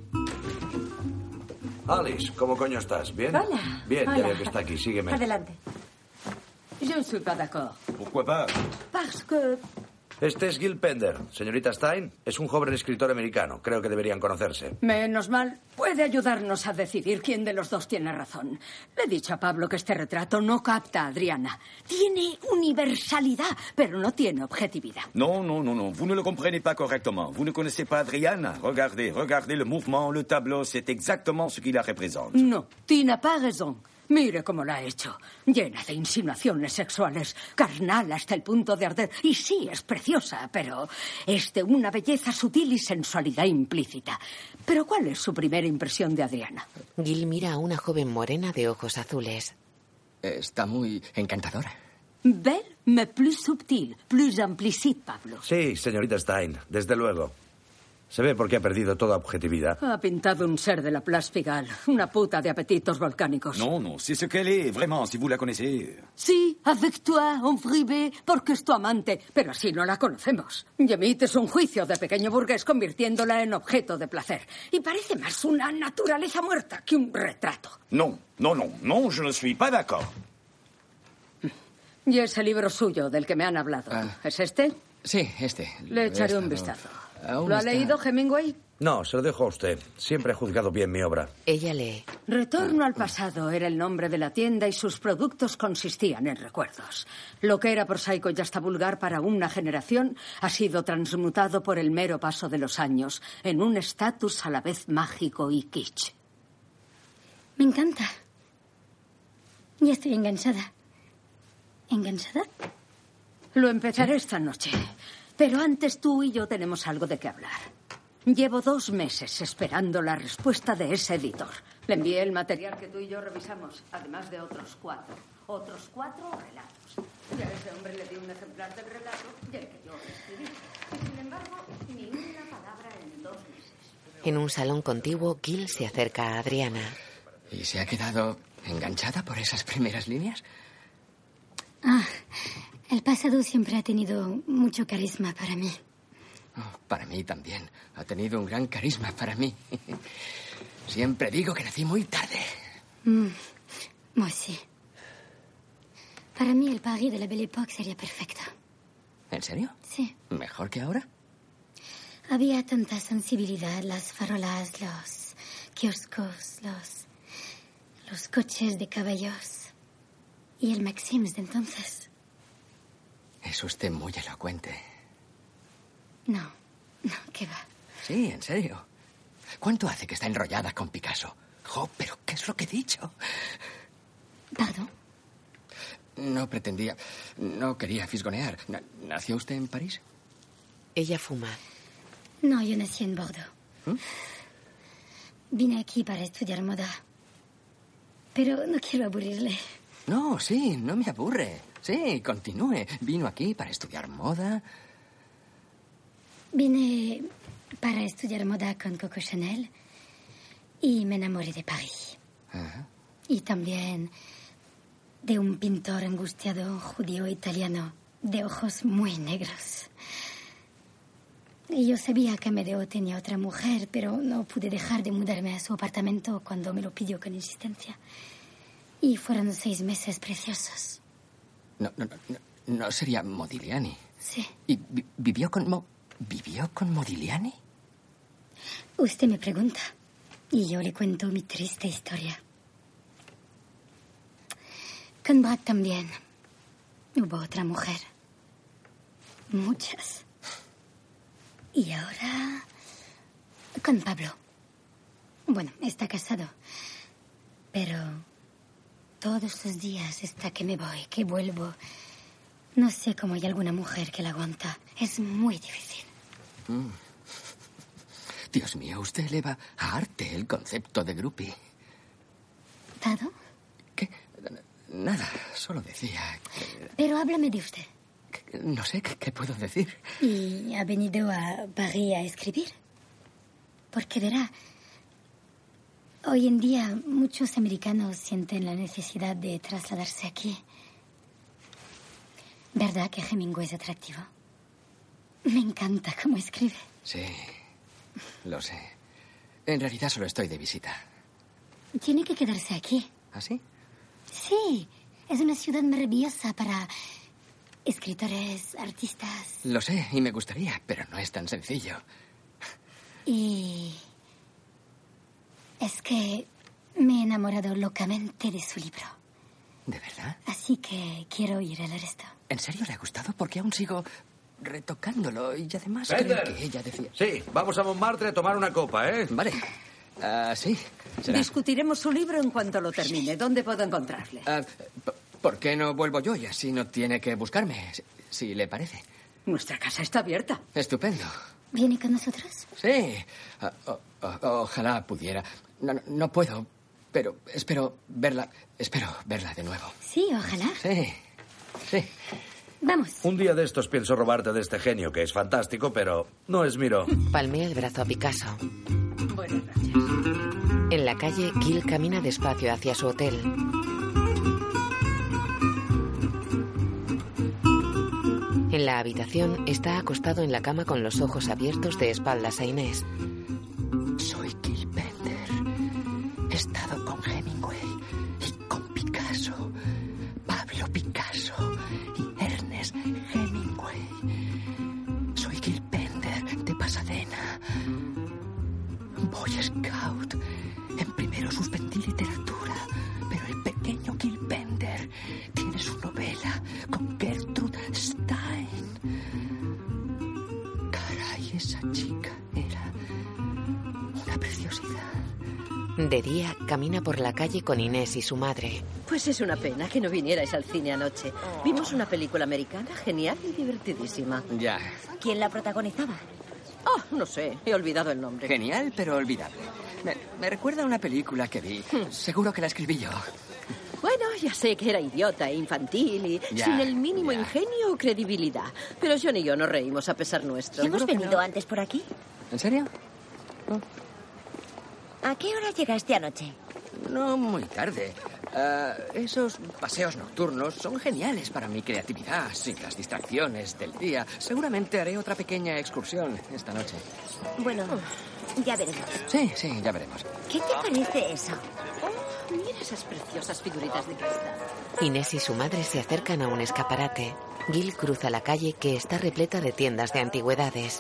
Alice, ¿cómo coño estás? ¿Bien? Hola. Bien, Hola. ya veo que está aquí. Sígueme. Adelante. Je ne suis pas d'accord. ¿Pourquoi pas? Parce que... Este es Gil Pender. Señorita Stein, es un joven escritor americano. Creo que deberían conocerse. Menos mal, puede ayudarnos a decidir quién de los dos tiene razón. Le he dicho a Pablo que este retrato no capta a Adriana. Tiene universalidad, pero no tiene objetividad. Non, vous ne le comprenez pas correctement. Vous ne connaissez pas Adriana. Regardez le mouvement, le tableau, c'est exactement ce qui la représente. No, tu n'as pas raison. Mire cómo la ha hecho. Llena de insinuaciones sexuales, carnal hasta el punto de arder. Y sí, es preciosa, pero es de una belleza sutil y sensualidad implícita. Pero ¿cuál es su primera impresión de Adriana? Gil mira a una joven morena de ojos azules. Está muy encantadora. Belle, mais plus subtil, plus implicite, Pablo. Sí, señorita Stein, desde luego. Se ve porque ha perdido toda objetividad. Ha pintado un ser de la Place Pigalle, una puta de apetitos volcánicos. Non, non, c'est ce qu'elle est, vraiment, si vous la connaissez. Sí, avec toi, en privé, porque es tu amante, pero así no la conocemos. Y emites un juicio de pequeño burgués convirtiéndola en objeto de placer. Y parece más una naturaleza muerta que un retrato. Non, non, non, non, je ne suis pas d'accord. Y ese libro suyo del que me han hablado, ¿es este? Sí, este. Le echaré un vistazo. ¿Lo ha leído Hemingway? No, se lo dejo a usted. Siempre he juzgado bien mi obra. Ella lee. Retorno al pasado era el nombre de la tienda y sus productos consistían en recuerdos. Lo que era prosaico y hasta vulgar para una generación ha sido transmutado por el mero paso de los años en un estatus a la vez mágico y kitsch. Me encanta. Ya estoy enganchada. ¿Enganchada? Lo empezaré esta noche. Pero antes tú y yo tenemos algo de qué hablar. Llevo 2 meses esperando la respuesta de ese editor. Le envié el material que tú y yo revisamos, además de otros 4. Otros 4 relatos. Y a ese hombre le di un ejemplar del relato y el que yo escribí. Y sin embargo, ni una palabra en 2 meses. En un salón contiguo, Gil se acerca a Adriana. ¿Y se ha quedado enganchada por esas primeras líneas? El pasado siempre ha tenido mucho carisma para mí. Oh, para mí también. Ha tenido un gran carisma para mí. Siempre digo que nací muy tarde. Moi sí. Para mí el París de la Belle Époque sería perfecto. ¿En serio? Sí. ¿Mejor que ahora? Había tanta sensibilidad, las farolas, los kioscos, los coches de caballos y el Maxims de entonces. Es usted muy elocuente. No, ¿qué va? Sí, en serio. ¿Cuánto hace que está enrollada con Picasso? Jo, pero ¿qué es lo que he dicho? ¿Perdón? No quería fisgonear. ¿Nació usted en París? Ella fuma. No, yo nací en Bordeaux. Vine aquí para estudiar moda. Pero no quiero aburrirle. No, sí, no me aburre. Sí, continúe. Vino aquí para estudiar moda. Vine para estudiar moda con Coco Chanel y me enamoré de París. Ajá. Y también de un pintor angustiado judío italiano de ojos muy negros. Y yo sabía que Amedeo tenía otra mujer, pero no pude dejar de mudarme a su apartamento cuando me lo pidió con insistencia. Y fueron 6 meses preciosos. No sería Modigliani. Sí. ¿Y vivió con Modigliani? Usted me pregunta y yo le cuento mi triste historia. Con Brad también hubo otra mujer. Muchas. Y ahora con Pablo. Bueno, está casado. Pero todos los días hasta que me voy, que vuelvo, no sé cómo hay alguna mujer que la aguanta. Es muy difícil. Dios mío, usted eleva a arte el concepto de groupie. ¿Dado? ¿Qué? Nada, solo decía que... Pero háblame de usted. No sé qué puedo decir. ¿Y ha venido a París a escribir? Porque verá, hoy en día muchos americanos sienten la necesidad de trasladarse aquí. ¿Verdad que Hemingway es atractivo? Me encanta cómo escribe. Sí, lo sé. En realidad solo estoy de visita. Tiene que quedarse aquí. ¿Ah, sí? Sí, es una ciudad maravillosa para escritores, artistas. Lo sé, y me gustaría, pero no es tan sencillo. Y es que me he enamorado locamente de su libro. ¿De verdad? Así que quiero ir al resto. ¿En serio le ha gustado? Porque aún sigo retocándolo y además Peter. creo que ella decía... Sí, vamos a Montmartre a tomar una copa, ¿eh? Vale. Sí. Será. Discutiremos su libro en cuanto lo termine. ¿Dónde puedo encontrarle? ¿Por qué no vuelvo yo y así no tiene que buscarme? Si le parece. Nuestra casa está abierta. Estupendo. ¿Viene con nosotros? Sí. Ojalá pudiera. No puedo, pero espero verla de nuevo. Sí, ojalá. Sí. Vamos. Un día de estos pienso robarte de este genio, que es fantástico, pero no es Miró. Palmea el brazo a Picasso. Buenas noches. En la calle, Gil camina despacio hacia su hotel. En la habitación está acostado en la cama con los ojos abiertos de espaldas a Inés. Soy Gil Bender. He estado con Hemingway y con Picasso. Pablo Picasso y Ernest Hemingway. Soy Gil Bender de Pasadena. Boy Scout. En primero suspendí literatura, pero el pequeño Gil Bender tiene su novela con Gertrude Stein. Caray, esa chica era una preciosidad. De día, camina por la calle con Inés y su madre. Pues es una pena que no vinierais al cine anoche. Vimos una película americana genial y divertidísima. Ya. ¿Quién la protagonizaba? Oh, no sé, he olvidado el nombre. Genial, pero olvidable. Me recuerda a una película que vi. Seguro que la escribí yo. Bueno, ya sé que era idiota e infantil y Ya, sin el mínimo ya. ingenio o credibilidad. Pero John y yo nos reímos a pesar nuestro. ¿Hemos venido antes por aquí? ¿En serio? ¿A qué hora llegaste anoche? No muy tarde. Esos paseos nocturnos son geniales para mi creatividad, sin las distracciones del día. Seguramente haré otra pequeña excursión esta noche. Bueno, ya veremos. Sí, ya veremos. ¿Qué te parece eso? Oh, mira esas preciosas figuritas de cristal. Inés y su madre se acercan a un escaparate. Gil cruza la calle que está repleta de tiendas de antigüedades.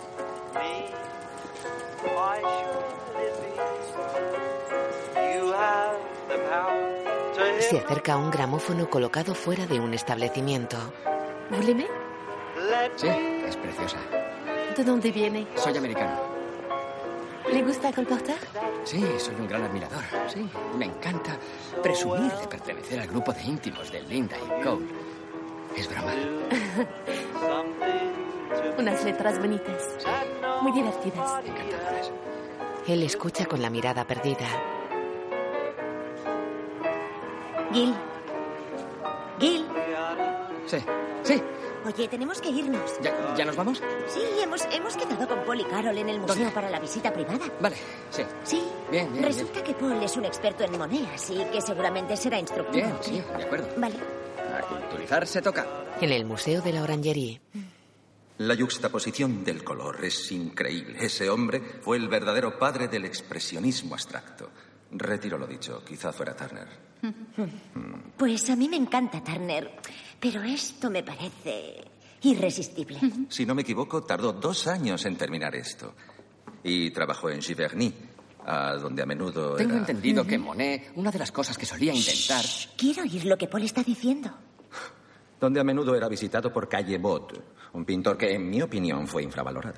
Se acerca a un gramófono colocado fuera de un establecimiento. ¿Voulez-me? Sí, es preciosa. ¿De dónde viene? Soy americano. ¿Le gusta Cole Porter? Sí, soy un gran admirador. Sí, me encanta presumir de pertenecer al grupo de íntimos de Linda y Cole. Es broma. Unas letras bonitas. Muy divertidas. Encantadoras. Él escucha con la mirada perdida. Gil. Gil. Sí. Oye, tenemos que irnos. ¿Ya nos vamos? Sí, hemos quedado con Paul y Carol en el museo ¿Dónde? para la visita privada. Vale, sí. Sí. Bien. Resulta que Paul es un experto en Monet, así que seguramente será instructivo. Bien, sí, de acuerdo. Vale. A culturizar se toca. En el Museo de la Orangerie. La yuxtaposición del color es increíble. Ese hombre fue el verdadero padre del expresionismo abstracto. Retiro lo dicho, quizá fuera Turner. Pues a mí me encanta Turner, pero esto me parece irresistible. Si no me equivoco, tardó 2 años en terminar esto. Y trabajó en Giverny, donde a menudo Tengo era... entendido que Monet, una de las cosas que solía intentar... Quiero oír lo que Paul está diciendo. Donde a menudo era visitado por Caillebotte, un pintor que, en mi opinión, fue infravalorado.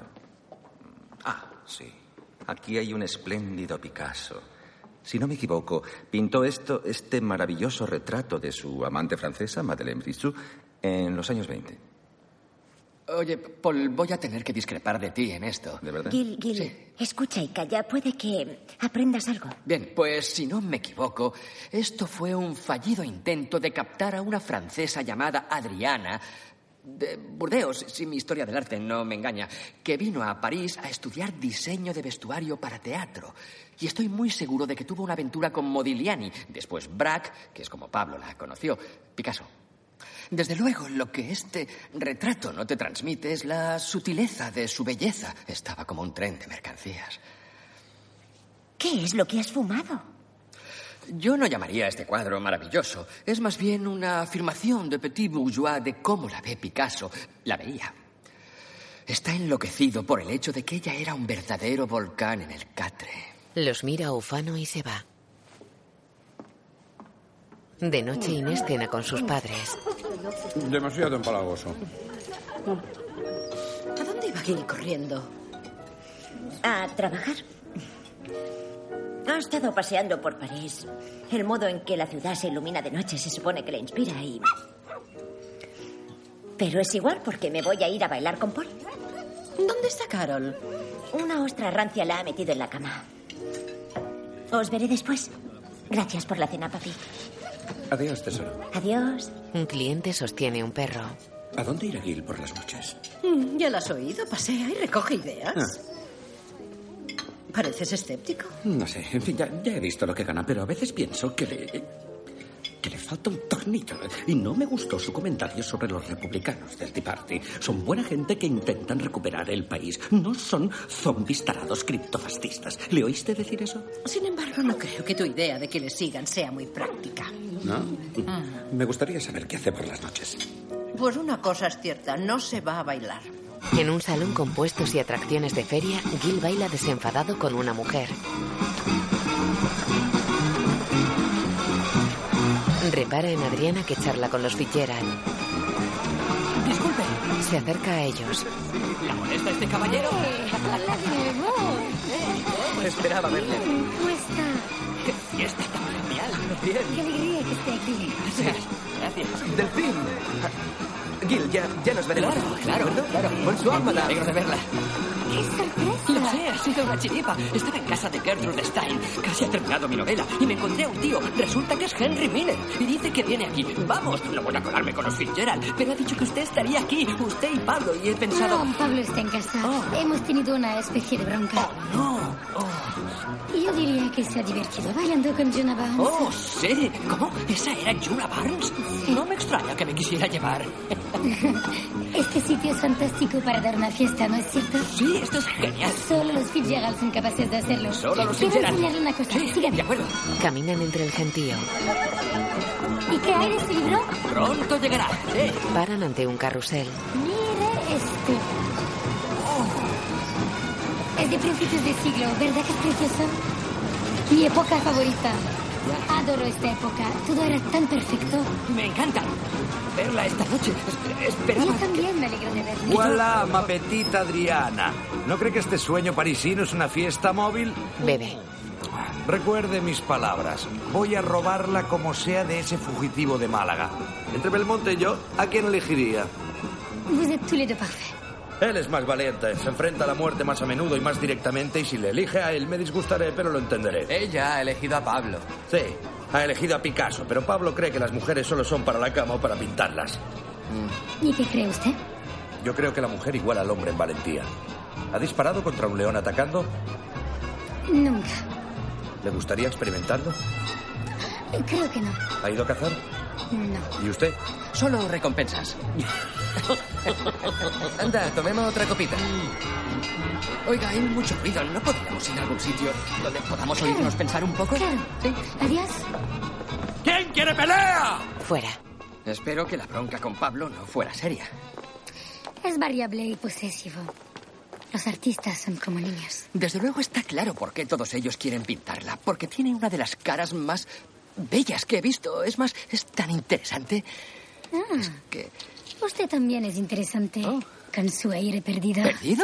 Sí. Aquí hay un espléndido Picasso. Si no me equivoco, pintó este maravilloso retrato de su amante francesa, Madeleine Brissot, en los años 20. Oye, Paul, voy a tener que discrepar de ti en esto. ¿De verdad? Gil, escucha y calla, puede que aprendas algo. Bien, pues si no me equivoco, esto fue un fallido intento de captar a una francesa llamada Adriana de Burdeos, si mi historia del arte no me engaña, que vino a París a estudiar diseño de vestuario para teatro. Y estoy muy seguro de que tuvo una aventura con Modigliani, después Braque, que es como Pablo la conoció, Picasso. Desde luego, lo que este retrato no te transmite es la sutileza de su belleza. Estaba como un tren de mercancías. ¿Qué es lo que has fumado? Yo no llamaría a este cuadro maravilloso. Es más bien una afirmación de Petit Bourgeois de cómo la ve Picasso. La veía. Está enloquecido por el hecho de que ella era un verdadero volcán en el catre. Los mira ufano y se va. De noche Inés cena con sus padres. Demasiado empalagoso. ¿A dónde iba Gil corriendo? A trabajar. Ha estado paseando por París. El modo en que la ciudad se ilumina de noche se supone que le inspira y... Pero es igual porque me voy a ir a bailar con Paul. ¿Dónde está Carol? Una ostra rancia la ha metido en la cama. Os veré después. Gracias por la cena, papi. Adiós, tesoro. Adiós. Un cliente sostiene un perro. ¿A dónde irá Gil por las noches? Ya lo has oído. Pasea y recoge ideas. ¿Pareces escéptico? No sé, en fin, ya he visto lo que gana, pero a veces pienso que le falta un tornillo. Y no me gustó su comentario sobre los republicanos del Tea Party. Son buena gente que intentan recuperar el país. No son zombis tarados criptofascistas. ¿Le oíste decir eso? Sin embargo, no creo que tu idea de que le sigan sea muy práctica. ¿No? Me gustaría saber qué hace por las noches. Pues una cosa es cierta, no se va a bailar. En un salón con puestos y atracciones de feria, Gil baila desenfadado con una mujer. Repara en Adriana que charla con los Fitzgerald. Disculpe. Se acerca a ellos. ¿La molesta este caballero? Hola de nuevo. Esperaba verle. ¿Cómo está? ¡Qué fiesta tan genial! Bien. Qué alegría que esté aquí. Gracias. Delfín. Gil, ya nos veremos. Claro. Bonsoir, madame. Me alegro de verla. ¡Qué sorpresa! Lo sé, ha sido una chiripa. Estaba en casa de Gertrude Stein. Casi ha terminado mi novela. Y me encontré a un tío. Resulta que es Henry Miller. Y dice que viene aquí. Vamos, no voy a colarme con los Fitzgerald. Pero ha dicho que usted estaría aquí. Usted y Pablo. Y he pensado... No, Pablo está en casa. Hemos tenido una especie de bronca. Yo diría que se ha divertido bailando con Jonah Barnes. Oh, sí. ¿Cómo? ¿Esa era Jonah Barnes? No me extraña que me quisiera llevar. Este sitio es fantástico para dar una fiesta, ¿no es cierto? Sí, esto es genial. Solo los Fitzgerald son capaces de hacerlo. Solo los Quiero Fitzgerald. enseñarle una cosa. Sí, sígame. de acuerdo. Caminan entre el gentío. ¿Y qué hay de este libro? Pronto llegará. Sí. Paran ante un carrusel. Mire esto. Es de principios de siglo, ¿verdad que es precioso? Mi época favorita. Adoro esta época. Todo era tan perfecto. Me encanta verla esta noche. Esperaba. Yo también me alegro de verla. Voilà, ma petita Adriana. ¿No cree que este sueño parisino es una fiesta móvil? Bebe. Recuerde mis palabras. Voy a robarla como sea de ese fugitivo de Málaga. Entre Belmonte y yo, ¿a quién elegiría? Vous êtes tous les deux parfaits. Él es más valiente, se enfrenta a la muerte más a menudo y más directamente, y si le elige a él me disgustaré, pero lo entenderé. Ella ha elegido a Pablo. Sí, ha elegido a Picasso, pero Pablo cree que las mujeres solo son para la cama o para pintarlas. ¿Y qué cree usted? Yo creo que la mujer iguala al hombre en valentía. ¿Ha disparado contra un león atacando? Nunca. ¿Le gustaría experimentarlo? Creo que no. ¿Ha ido a cazar? No. ¿Y usted? Solo recompensas. Anda, tomemos otra copita. Oiga, hay mucho ruido. ¿No podríamos ir a algún sitio donde podamos oírnos pensar un poco? Claro. Sí. Adiós. ¿Quién quiere pelea? Fuera. Espero que la bronca con Pablo no fuera seria. Es variable y posesivo. Los artistas son como niños. Desde luego está claro por qué todos ellos quieren pintarla. Porque tiene una de las caras más bellas que he visto. Es más, es tan interesante. Es que... Usted también es interesante. Con su aire perdido. ¿Perdido?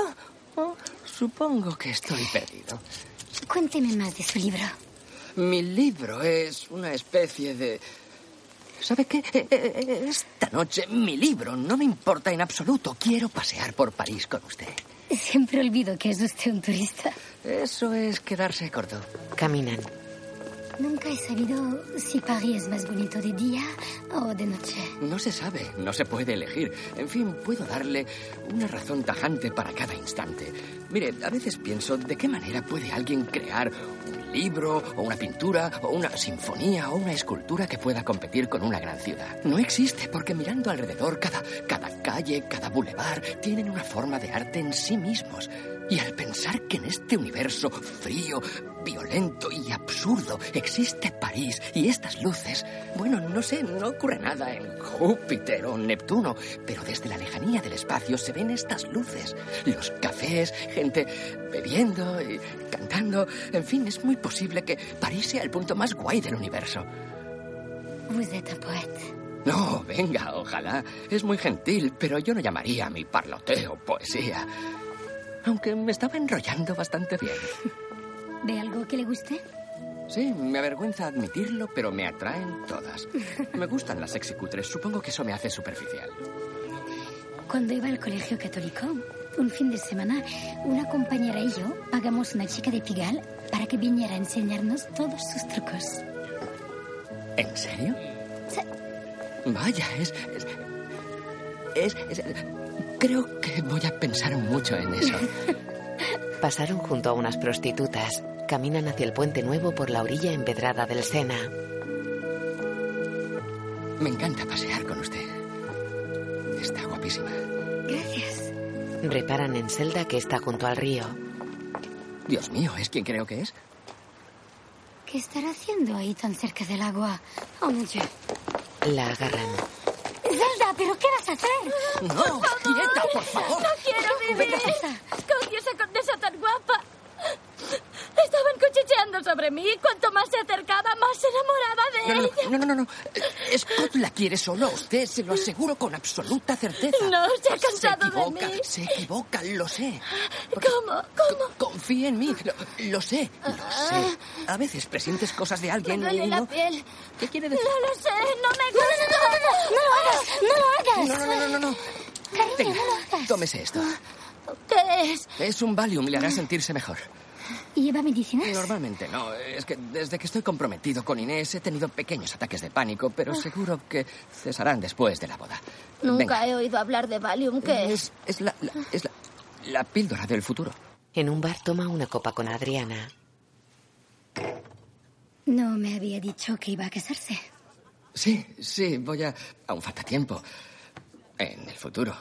Supongo que estoy perdido. Cuénteme más de su libro. Mi libro es una especie de... ¿Sabe qué? Esta noche mi libro no me importa en absoluto. Quiero pasear por París con usted. Siempre olvido que es usted un turista. Eso es quedarse corto. Caminan. Nunca he sabido si París es más bonito de día o de noche. No se sabe, no se puede elegir. En fin, puedo darle una razón tajante para cada instante. Mire, a veces pienso de qué manera puede alguien crear un libro, o una pintura, o una sinfonía, o una escultura que pueda competir con una gran ciudad. No existe, porque mirando alrededor, cada calle, cada bulevar, tienen una forma de arte en sí mismos. Y al pensar que en este universo frío, violento y absurdo existe París y estas luces, bueno, no sé, no ocurre nada en Júpiter o Neptuno, pero desde la lejanía del espacio se ven estas luces, los cafés, gente bebiendo y cantando, en fin, es muy posible que París sea el punto más guay del universo. Vous êtes un poète. No, venga, ojalá. Es muy gentil, pero yo no llamaría a mi parloteo poesía. Aunque me estaba enrollando bastante bien. ¿Ve algo que le guste? Sí, me avergüenza admitirlo, pero me atraen todas. Me gustan las sexicutres. Supongo que eso me hace superficial. Cuando iba al colegio católico, un fin de semana, una compañera y yo pagamos una chica de Pigalle para que viniera a enseñarnos todos sus trucos. ¿En serio? Sí. Vaya, Creo que voy a pensar mucho en eso. Pasaron junto a unas prostitutas. Caminan hacia el puente nuevo por la orilla empedrada del Sena. Me encanta pasear con usted. Está guapísima. Gracias. Reparan en Zelda, que está junto al río. Dios mío, ¿es quien creo que es? ¿Qué estará haciendo ahí tan cerca del agua? Oh, mon Dieu. La agarran. Zelda, ¿pero qué vas a hacer? No, quieta, por favor. No quiero vivir. ¿Qué pasa? Cogí esa condesa tan guapa. Estaban cuchicheando sobre mí. Cuanto más se acercaba, más se enamoraba de ella. No. Scott la quiere solo a usted, se lo aseguro con absoluta certeza. No, se ha cansado de mí. Se equivoca, lo sé. ¿Cómo? Confía en mí, lo sé. A veces presientes cosas de alguien Me duele y la no... piel. ¿Qué quiere decir? No lo sé, no me gusta. No lo hagas. No. Cariño, Venga, no lo hagas. tómese esto. ¿Qué es? Es un Valium, le hará sentirse mejor. ¿Y lleva medicinas? Normalmente no. Es que desde que estoy comprometido con Inés he tenido pequeños ataques de pánico, pero seguro que cesarán después de la boda. Nunca Venga. he oído hablar de Valium. ¿Qué es? Es la píldora del futuro. En un bar toma una copa con Adriana. No me había dicho que iba a casarse. Sí, voy a... Aún falta tiempo. En el futuro.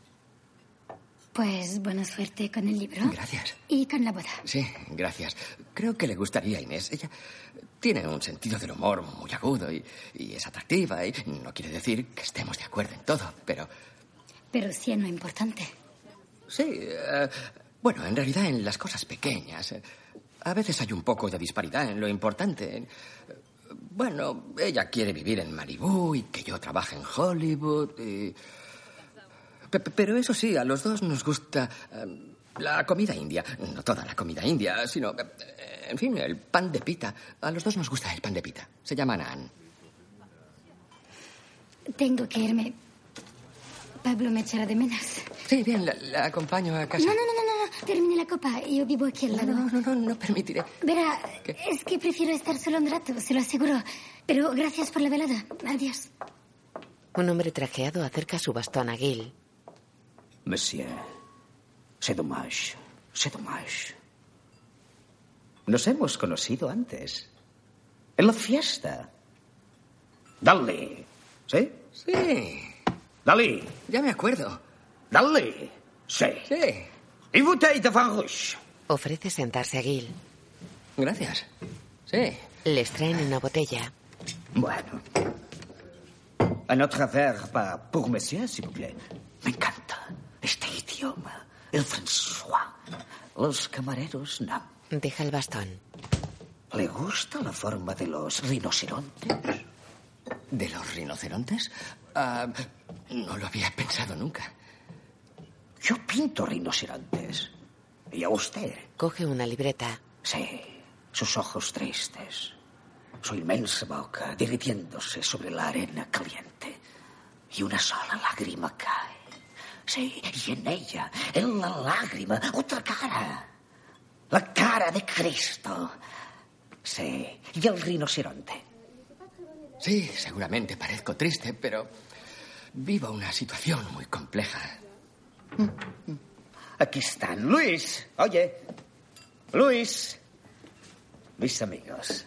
Pues buena suerte con el libro. Gracias. Y con la boda. Sí, gracias. Creo que le gustaría a Inés. Ella tiene un sentido del humor muy agudo y es atractiva. Y no quiere decir que estemos de acuerdo en todo, pero... Pero sí en lo importante. Sí, bueno, en realidad en las cosas pequeñas. A veces hay un poco de disparidad en lo importante. Bueno, ella quiere vivir en Malibú y que yo trabaje en Hollywood y... Pero eso sí, a los dos nos gusta la comida india. No toda la comida india, sino, en fin, el pan de pita. A los dos nos gusta el pan de pita. Se llama naan. Tengo que irme. Pablo me echará de menos. Sí, bien, la acompaño a casa. No. Termine la copa. Yo vivo aquí al lado. No permitiré. Verá, ¿Qué? es que prefiero estar solo un rato, se lo aseguro. Pero gracias por la velada. Adiós. Un hombre trajeado acerca su bastón a Gil. Monsieur, c'est dommage. Nos hemos conocido antes. En la fiesta. Dale. ¿Sí? Sí. Dale. Ya me acuerdo. Dale. Sí. Y bouteille de vin rouge. Ofrece sentarse a Gil. Gracias. Sí. Les traen una botella. Bueno. Un autre verre pour monsieur, s'il vous plaît. Me encanta este idioma. El François. Los camareros no. Deja el bastón. ¿Le gusta la forma de los rinocerontes? ¿De los rinocerontes? No lo había pensado nunca. Yo pinto rinocerontes. ¿Y a usted? Coge una libreta. Sí, sus ojos tristes. Su inmensa boca derritiéndose sobre la arena caliente. Y una sola lágrima cae. Sí, y en ella, en la lágrima, otra cara. La cara de Cristo. Sí, y el rinoceronte. Sí, seguramente parezco triste, pero vivo una situación muy compleja. Aquí están. Luis, oye. Luis. Mis amigos.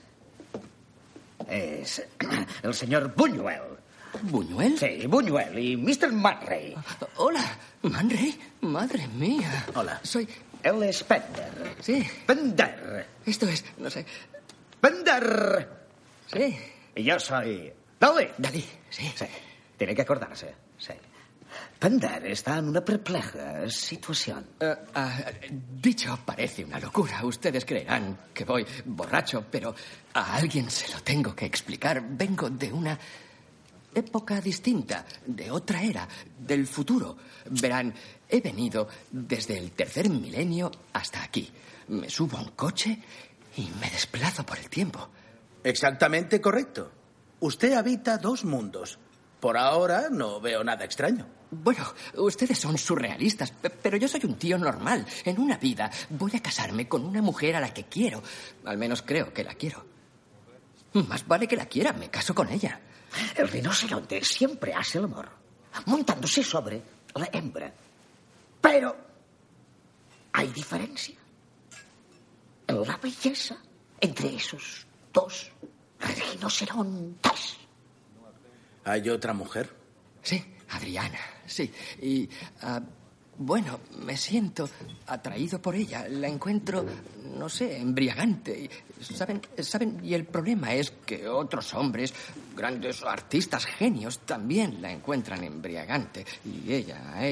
Es el señor Buñuel. ¿Buñuel? Sí, Buñuel y Mr. Manray. Hola, Manray. Madre mía. Hola. Soy... Él es Pender. Sí. Pender. Esto es, no sé... Pender. Sí. Y yo soy... Dalí. Dalí, sí. Sí. Tiene que acordarse. Sí. Pender está en una perpleja situación. Dicho parece una locura. Ustedes creerán que voy borracho, pero a alguien se lo tengo que explicar. Vengo de una época distinta, de otra era, del futuro. Verán, he venido desde el tercer milenio hasta aquí. Me subo a un coche y me desplazo por el tiempo. Exactamente correcto. Usted habita dos mundos. Por ahora no veo nada extraño. Bueno, ustedes son surrealistas, pero yo soy un tío normal. En una vida voy a casarme con una mujer a la que quiero. Al menos creo que la quiero. Más vale que la quiera, me caso con ella. El rinoceronte siempre hace el amor. montándose sobre la hembra. Pero hay diferencia en la belleza entre esos dos rinocerontes. ¿Hay otra mujer? Sí, Adriana, sí. Y, bueno, me siento atraído por ella. La encuentro, no sé, embriagante. ¿Saben? Y el problema es que otros hombres, grandes artistas, genios, también la encuentran embriagante. Y ella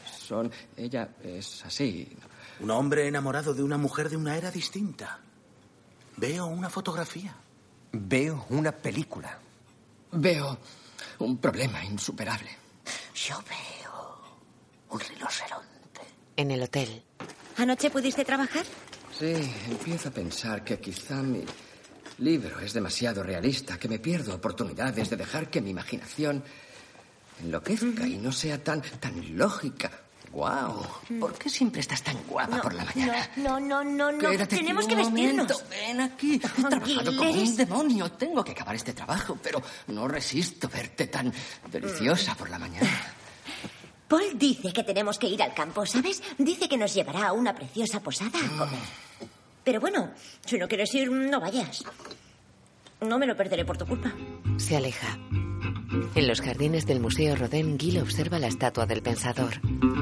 es así. Un hombre enamorado de una mujer de una era distinta. Veo una fotografía. Veo una película. Veo un problema insuperable. Yo veo un rinoceronte. En el hotel. ¿Anoche pudiste trabajar? Sí, empiezo a pensar que quizá mi libro es demasiado realista, que me pierdo oportunidades de dejar que mi imaginación enloquezca y no sea tan lógica. ¡Guau! ¿Por qué siempre estás tan guapa por la mañana? No. Quédate Tenemos aquí que un momento. vestirnos. Ven aquí. He trabajado como un demonio. Tengo que acabar este trabajo, pero no resisto verte tan deliciosa por la mañana. Paul dice que tenemos que ir al campo, ¿sabes? Dice que nos llevará a una preciosa posada a comer. Pero bueno, si no quieres ir, no vayas. No me lo perderé por tu culpa. Se aleja. En los jardines del Museo Rodin, Gil observa la estatua del pensador.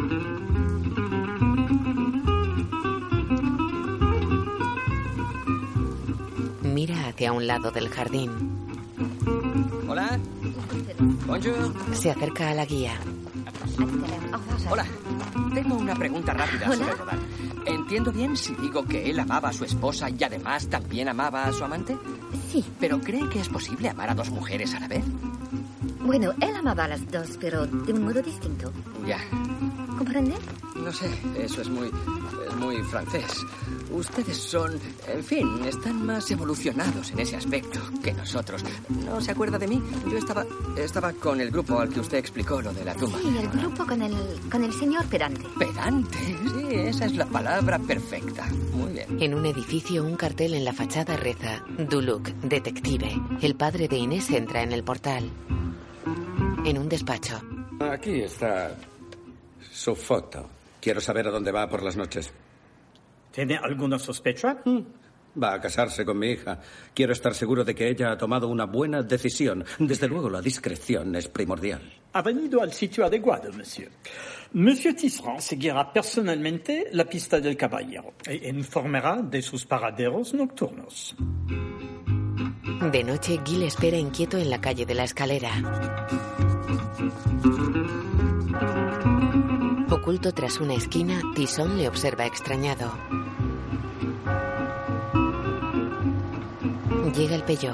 Mira hacia un lado del jardín. Hola. Bonjour. Se acerca a la guía. Hola. Tengo una pregunta rápida sobre Rodin. ¿Entiendo bien si digo que él amaba a su esposa y además también amaba a su amante? Sí. ¿Pero cree que es posible amar a dos mujeres a la vez? Bueno, él amaba a las dos, pero de un modo distinto. Ya. ¿Comprende? No sé, eso es muy francés. Ustedes son, en fin, están más evolucionados en ese aspecto que nosotros. ¿No se acuerda de mí? Yo estaba con el grupo al que usted explicó lo de la tumba. Sí, el grupo con el señor pedante. ¿Pedante? Sí, esa es la palabra perfecta. Muy bien. En un edificio, un cartel en la fachada reza: Duluc, detective. El padre de Inés entra en el portal. En un despacho. Aquí está su foto. Quiero saber a dónde va por las noches. ¿Tiene alguna sospecha? Va a casarse con mi hija. Quiero estar seguro de que ella ha tomado una buena decisión. Desde luego, la discreción es primordial. Ha venido al sitio adecuado, monsieur. Monsieur Tisserand seguirá personalmente la pista del caballero e informará de sus paraderos nocturnos. De noche, Gil espera inquieto en la calle de la escalera. Oculto tras una esquina, Tisson le observa extrañado. Llega el Peugeot.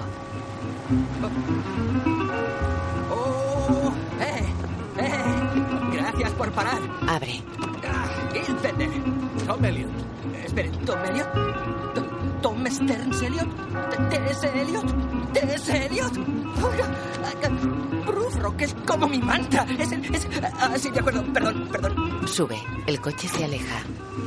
Gracias por parar. Abre. Gil Bender. Tom Elliot. Espere, ¿Tom Elliot? ¿Tom Stearns Elliot? ¿T.S. Elliot? ¿T.S. Elliot? Prufrock es como mi mantra. Sí, de acuerdo. Perdón. Sube. El coche se aleja.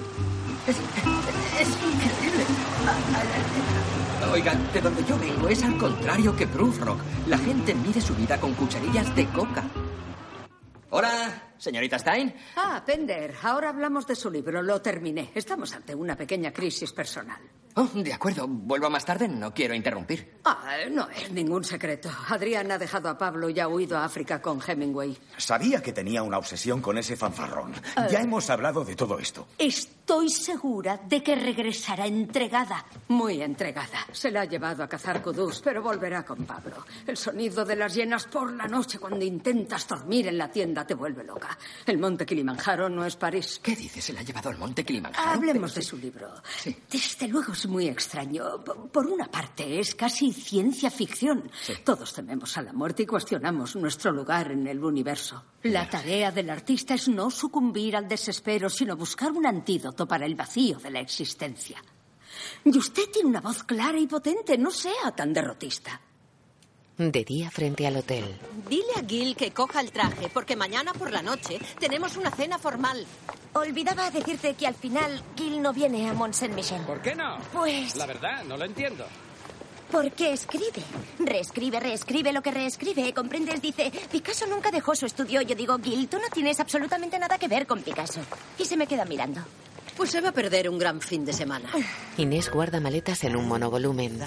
Es increíble. Oiga, de donde yo vengo es al contrario que Prufrock. La gente mide su vida con cucharillas de coca. Hola, señorita Stein. Pender, ahora hablamos de su libro. Lo terminé. Estamos ante una pequeña crisis personal. Oh, de acuerdo. Vuelvo más tarde. No quiero interrumpir. No es ningún secreto. Adrián ha dejado a Pablo y ha huido a África con Hemingway. Sabía que tenía una obsesión con ese fanfarrón. Ya hemos hablado de todo esto. Estoy segura de que regresará entregada. Muy entregada. Se la ha llevado a cazar kudús, pero volverá con Pablo. El sonido de las hienas por la noche cuando intentas dormir en la tienda te vuelve loca. El monte Kilimanjaro no es París. ¿Qué dice? ¿Se la ha llevado al monte Kilimanjaro? Hablemos de su libro. Sí. Desde luego es muy extraño. Por una parte, es casi ciencia ficción. Sí. Todos tememos a la muerte y cuestionamos nuestro lugar en el universo. La tarea del artista es no sucumbir al desespero, sino buscar un antídoto para el vacío de la existencia. Y usted tiene una voz clara y potente. No sea tan derrotista. De día, frente al hotel. Dile a Gil que coja el traje, porque mañana por la noche tenemos una cena formal. Olvidaba decirte que al final Gil no viene a Mont Saint-Michel. ¿Por qué no? Pues... La verdad, no lo entiendo. Porque escribe. Reescribe lo que reescribe. ¿Comprendes? Dice, Picasso nunca dejó su estudio. Yo digo, Gil, tú no tienes absolutamente nada que ver con Picasso. Y se me queda mirando. Pues se va a perder un gran fin de semana. Inés guarda maletas en un monovolumen.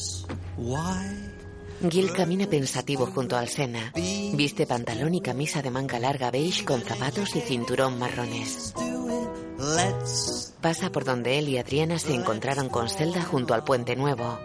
Gil camina pensativo junto al Sena. Viste pantalón y camisa de manga larga beige con zapatos y cinturón marrones. Pasa por donde él y Adriana se encontraron con Zelda junto al Puente Nuevo.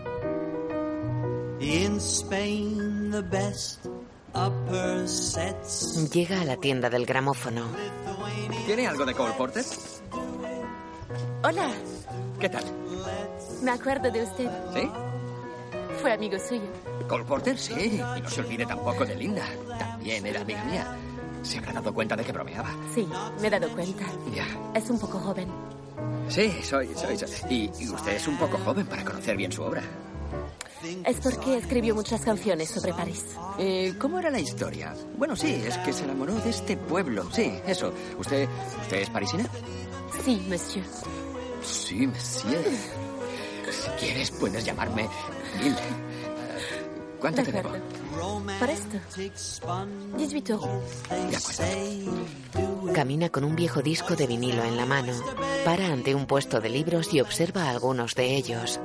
Llega a la tienda del gramófono. ¿Tiene algo de Cole Porter? Hola, ¿Qué tal? me acuerdo de usted. ¿Sí? Fue amigo suyo. ¿Cole Porter? Sí. Y no se olvide tampoco de Linda. También era amiga mía. ¿Se habrá dado cuenta de que bromeaba? Sí, me he dado cuenta. Ya. Es un poco joven. Sí, soy. Y usted es un poco joven para conocer bien su obra. Es porque escribió muchas canciones sobre París. ¿Cómo era la historia? Bueno, sí, es que se enamoró de este pueblo. Sí, eso. ¿Usted es parisina? Sí, monsieur. Sí, monsieur. Si quieres, puedes llamarme Gil. ¿Cuánto te debo? Por esto, 18 euros. De acuerdo. Camina con un viejo disco de vinilo en la mano. Para ante un puesto de libros y observa algunos de ellos.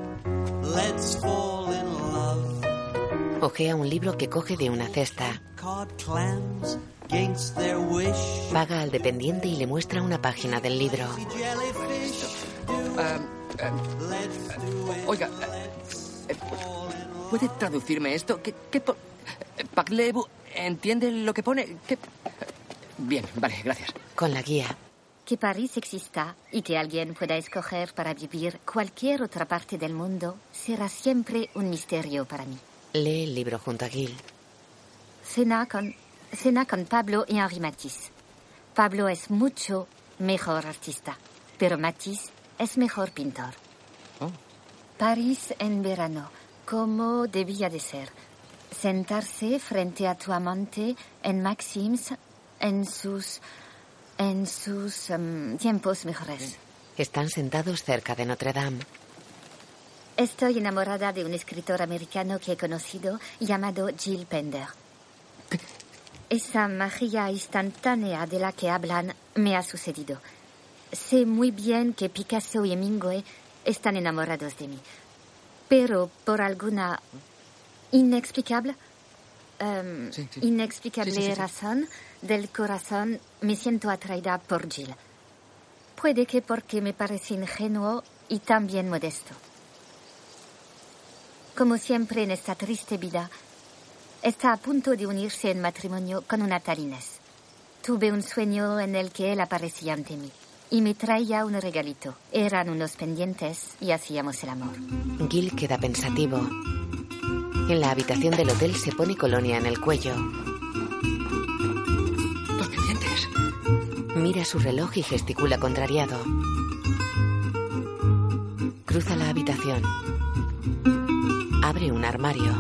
Ojea un libro que coge de una cesta. Paga al dependiente y le muestra una página del libro. Oiga, ¿puede traducirme esto? Parlez-vous, ¿entiende lo que pone? Bien, vale, gracias. Con la guía. Que París exista y que alguien pueda escoger para vivir cualquier otra parte del mundo será siempre un misterio para mí. Lee el libro junto a Gil. Cena con Pablo y Henri Matisse. Pablo es mucho mejor artista, pero Matisse es mejor pintor. Oh. París en verano, como debía de ser. Sentarse frente a tu amante en Maxims en sus tiempos mejores. Están sentados cerca de Notre Dame. Estoy enamorada de un escritor americano que he conocido llamado Gil Pender. Esa magia instantánea de la que hablan me ha sucedido. Sé muy bien que Picasso y Hemingway están enamorados de mí. Pero por alguna inexplicable razón del corazón me siento atraída por Gil. Puede que porque me parece ingenuo y también modesto. Como siempre en esta triste vida, está a punto de unirse en matrimonio con una tal Inés. Tuve un sueño en el que él aparecía ante mí y me traía un regalito. Eran unos pendientes y hacíamos el amor. Gil queda pensativo. En la habitación del hotel se pone colonia en el cuello. Los pendientes. Mira su reloj y gesticula contrariado. Cruza la habitación. Abre un armario.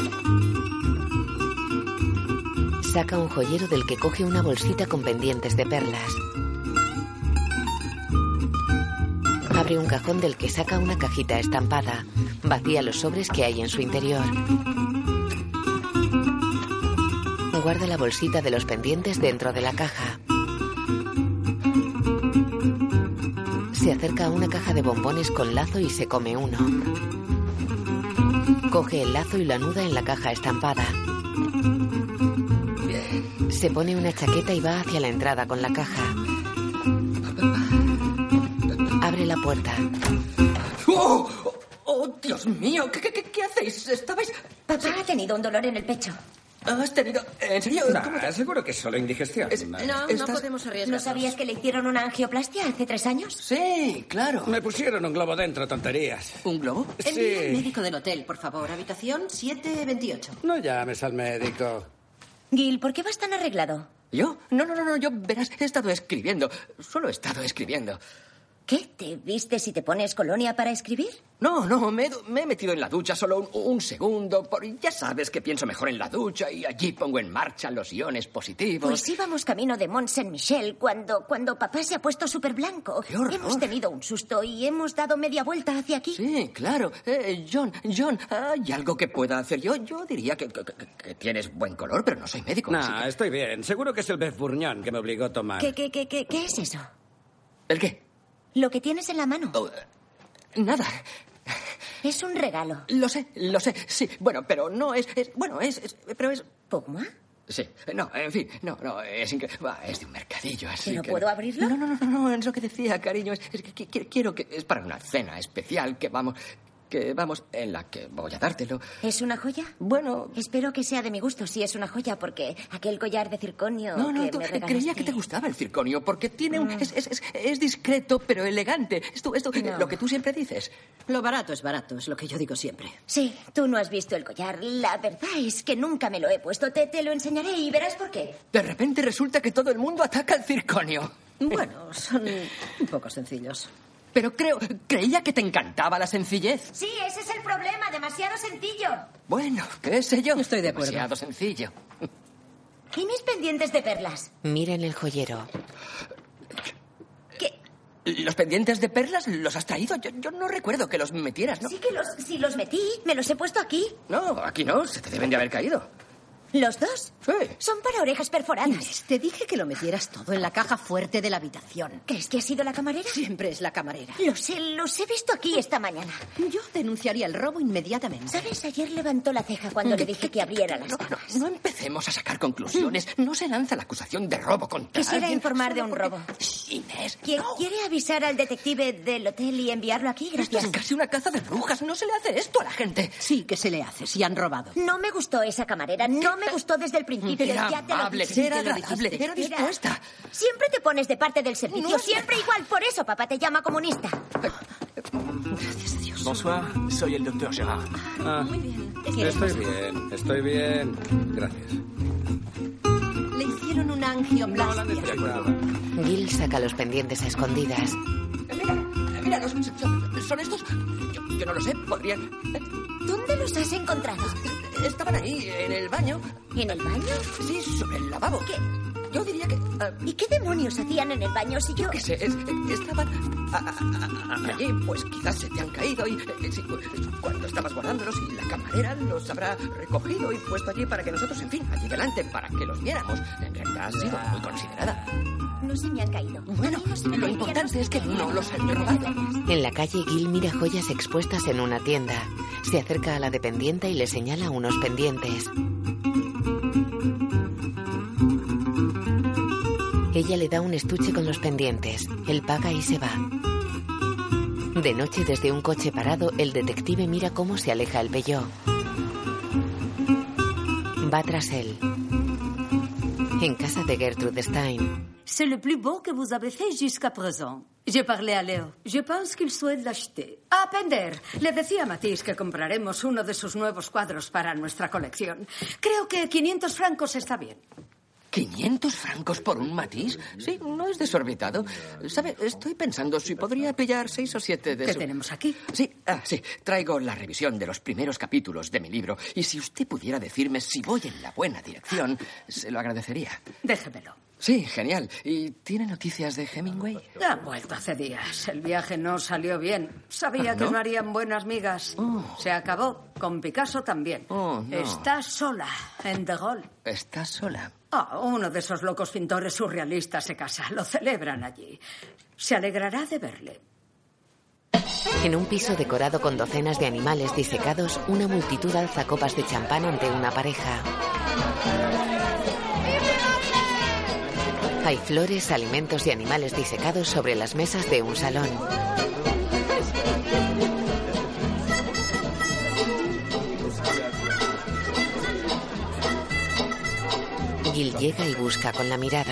Saca un joyero del que coge una bolsita con pendientes de perlas. Abre un cajón del que saca una cajita estampada. Vacía los sobres que hay en su interior. Guarda la bolsita de los pendientes dentro de la caja. Se acerca a una caja de bombones con lazo y se come uno. Coge el lazo y lo anuda en la caja estampada. Se pone una chaqueta y va hacia la entrada con la caja. Abre la puerta. ¡Oh! ¡Oh, Dios mío! ¿Qué hacéis? ¿Estabais...? Papá ha tenido un dolor en el pecho. ¿Has tenido...? ¿En serio? Seguro que es solo indigestión. No podemos arriesgarnos. ¿No sabías que le hicieron una angioplastia hace 3 años? Sí, claro. Me pusieron un globo dentro, tonterías. ¿Un globo? Envía al médico del hotel, por favor. Habitación 728. No llames al médico. Gil, ¿por qué vas tan arreglado? ¿Yo? No, yo, verás, he estado escribiendo. Solo he estado escribiendo. ¿Qué? ¿Te vistes y te pones colonia para escribir? No, me he metido en la ducha solo un segundo. Ya sabes que pienso mejor en la ducha y allí pongo en marcha los iones positivos. Pues íbamos camino de Mont Saint-Michel cuando papá se ha puesto súper blanco. ¡Qué horror! Hemos tenido un susto y hemos dado media vuelta hacia aquí. Sí, claro. John, ¿hay algo que pueda hacer yo? Yo diría que tienes buen color, pero no soy médico. No, estoy bien. Seguro que es el Beurre Bourguignon que me obligó a tomar. ¿Qué es eso? ¿El qué? Lo que tienes en la mano. Nada. Es un regalo. Lo sé, sí. Bueno, pero no es... pero es... ¿Puma? Sí. No, en fin, no, es increíble. Es de un mercadillo, así ¿Pero que... puedo abrirlo? No, es lo que decía, cariño. Es que quiero que... Es para una cena especial que vamos, en la que voy a dártelo. ¿Es una joya? Bueno... Espero que sea de mi gusto, si es una joya, porque aquel collar de circonio que me regalaste... Creía que te gustaba el circonio, porque tiene un... Es discreto, pero elegante. Esto, No. lo que tú siempre dices. Lo barato, es lo que yo digo siempre. Sí, tú no has visto el collar. La verdad es que nunca me lo he puesto. Te lo enseñaré y verás por qué. De repente resulta que todo el mundo ataca al circonio. Bueno, son un poco sencillos. Pero creía que te encantaba la sencillez. Sí, ese es el problema. Demasiado sencillo. Bueno, qué sé yo. Estoy de acuerdo. Demasiado sencillo. ¿Y mis pendientes de perlas? Mira en el joyero. ¿Qué? ¿Los pendientes de perlas los has traído? Yo no recuerdo que los metieras, ¿no? Sí que si los metí, me los he puesto aquí. No, aquí no. Se te deben de haber caído. ¿Los dos? Sí. Son para orejas perforadas. Inés, te dije que lo metieras todo en la caja fuerte de la habitación. ¿Crees que ha sido la camarera? Siempre es la camarera. Los he visto aquí esta mañana. Yo denunciaría el robo inmediatamente. ¿Sabes? Ayer levantó la ceja cuando le dije que abriera las cajas. No empecemos a sacar conclusiones. No se lanza la acusación de robo contra Quisiera alguien informar de un solo porque- robo. Inés, ¿Quiere avisar al detective del hotel y enviarlo aquí? esto Gracias. es casi una caza de brujas. No se le hace esto a la gente. Sí que se le hace, si han robado. No me gustó esa camarera. No me gustó desde el principio. Era ya te lo amable, dije. era Te lo agradable, dijiste. era dispuesta. Siempre te pones de parte del servicio. No es Siempre igual. Por eso papá te llama comunista. Gracias a Dios. Bonsoir, soy el doctor Gerard. Muy bien. Estoy bien. Gracias. Le hicieron una angioplastia. Gil saca los pendientes a escondidas. Mira, ¿son estos? Yo no lo sé, podrían... ¿Dónde los has encontrado? Estaban ahí, en el baño. ¿En el baño? Sí, sobre el lavabo. ¿Qué? Yo diría que... ¿Y qué demonios hacían en el baño si yo...? ¿Qué sé? Estaban allí, pues quizás se te han caído y sí, cuando estabas guardándolos y la camarera los habrá recogido y puesto allí para que nosotros, en fin, allí delante, para que los viéramos. En realidad has sido muy considerada. No se me han caído. Bueno, lo importante es que no los han robado. En la calle, Gil mira joyas expuestas en una tienda. Se acerca a la dependienta y le señala unos pendientes. Ella le da un estuche con los pendientes. Él paga y se va. De noche, desde un coche parado, el detective mira cómo se aleja el Peugeot. Va tras él. En casa de Gertrude Stein. C'est le plus beau que vous avez fait jusqu'à présent. J'ai parlé à Léo. Je pense qu'il souhaite l'acheter. A Pender. Le decía a Matisse que compraremos uno de sus nuevos cuadros para nuestra colección. Creo que 500 francos está bien. ¿500 francos por un Matisse? Sí, no es desorbitado. ¿Sabe? Estoy pensando si podría pillar 6 o 7 de ¿Qué su... tenemos aquí? Sí, sí. Traigo la revisión de los primeros capítulos de mi libro. Y si usted pudiera decirme si voy en la buena dirección, se lo agradecería. Déjemelo. Sí, genial. ¿Y tiene noticias de Hemingway? Ha vuelto hace días. El viaje no salió bien. Sabía que ¿no? no harían buenas migas. Se acabó. Con Picasso también. Oh, no. Está sola en De Gaulle. ¿Está sola? Uno de esos locos pintores surrealistas se casa. Lo celebran allí. Se alegrará de verle. En un piso decorado con docenas de animales disecados, una multitud alza copas de champán ante una pareja. Hay flores, alimentos y animales disecados sobre las mesas de un salón. Gil llega y busca con la mirada.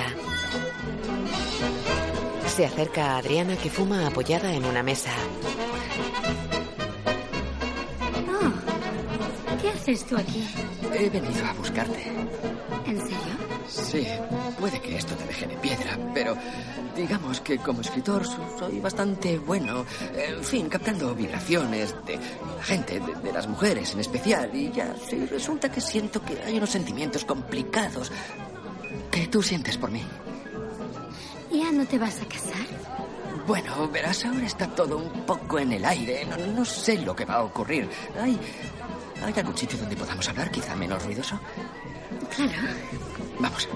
Se acerca a Adriana, que fuma apoyada en una mesa. ¿Qué haces tú aquí? He venido a buscarte. ¿En serio? Sí, puede que esto te deje de piedra, pero digamos que como escritor soy bastante bueno. En fin, captando vibraciones de la gente, de las mujeres en especial. Y ya, sí, resulta que siento que hay unos sentimientos complicados que tú sientes por mí. ¿Ya no te vas a casar? Bueno, verás, ahora está todo un poco en el aire. No sé lo que va a ocurrir. ¿Hay algún sitio donde podamos hablar, quizá menos ruidoso? Claro. Vamos.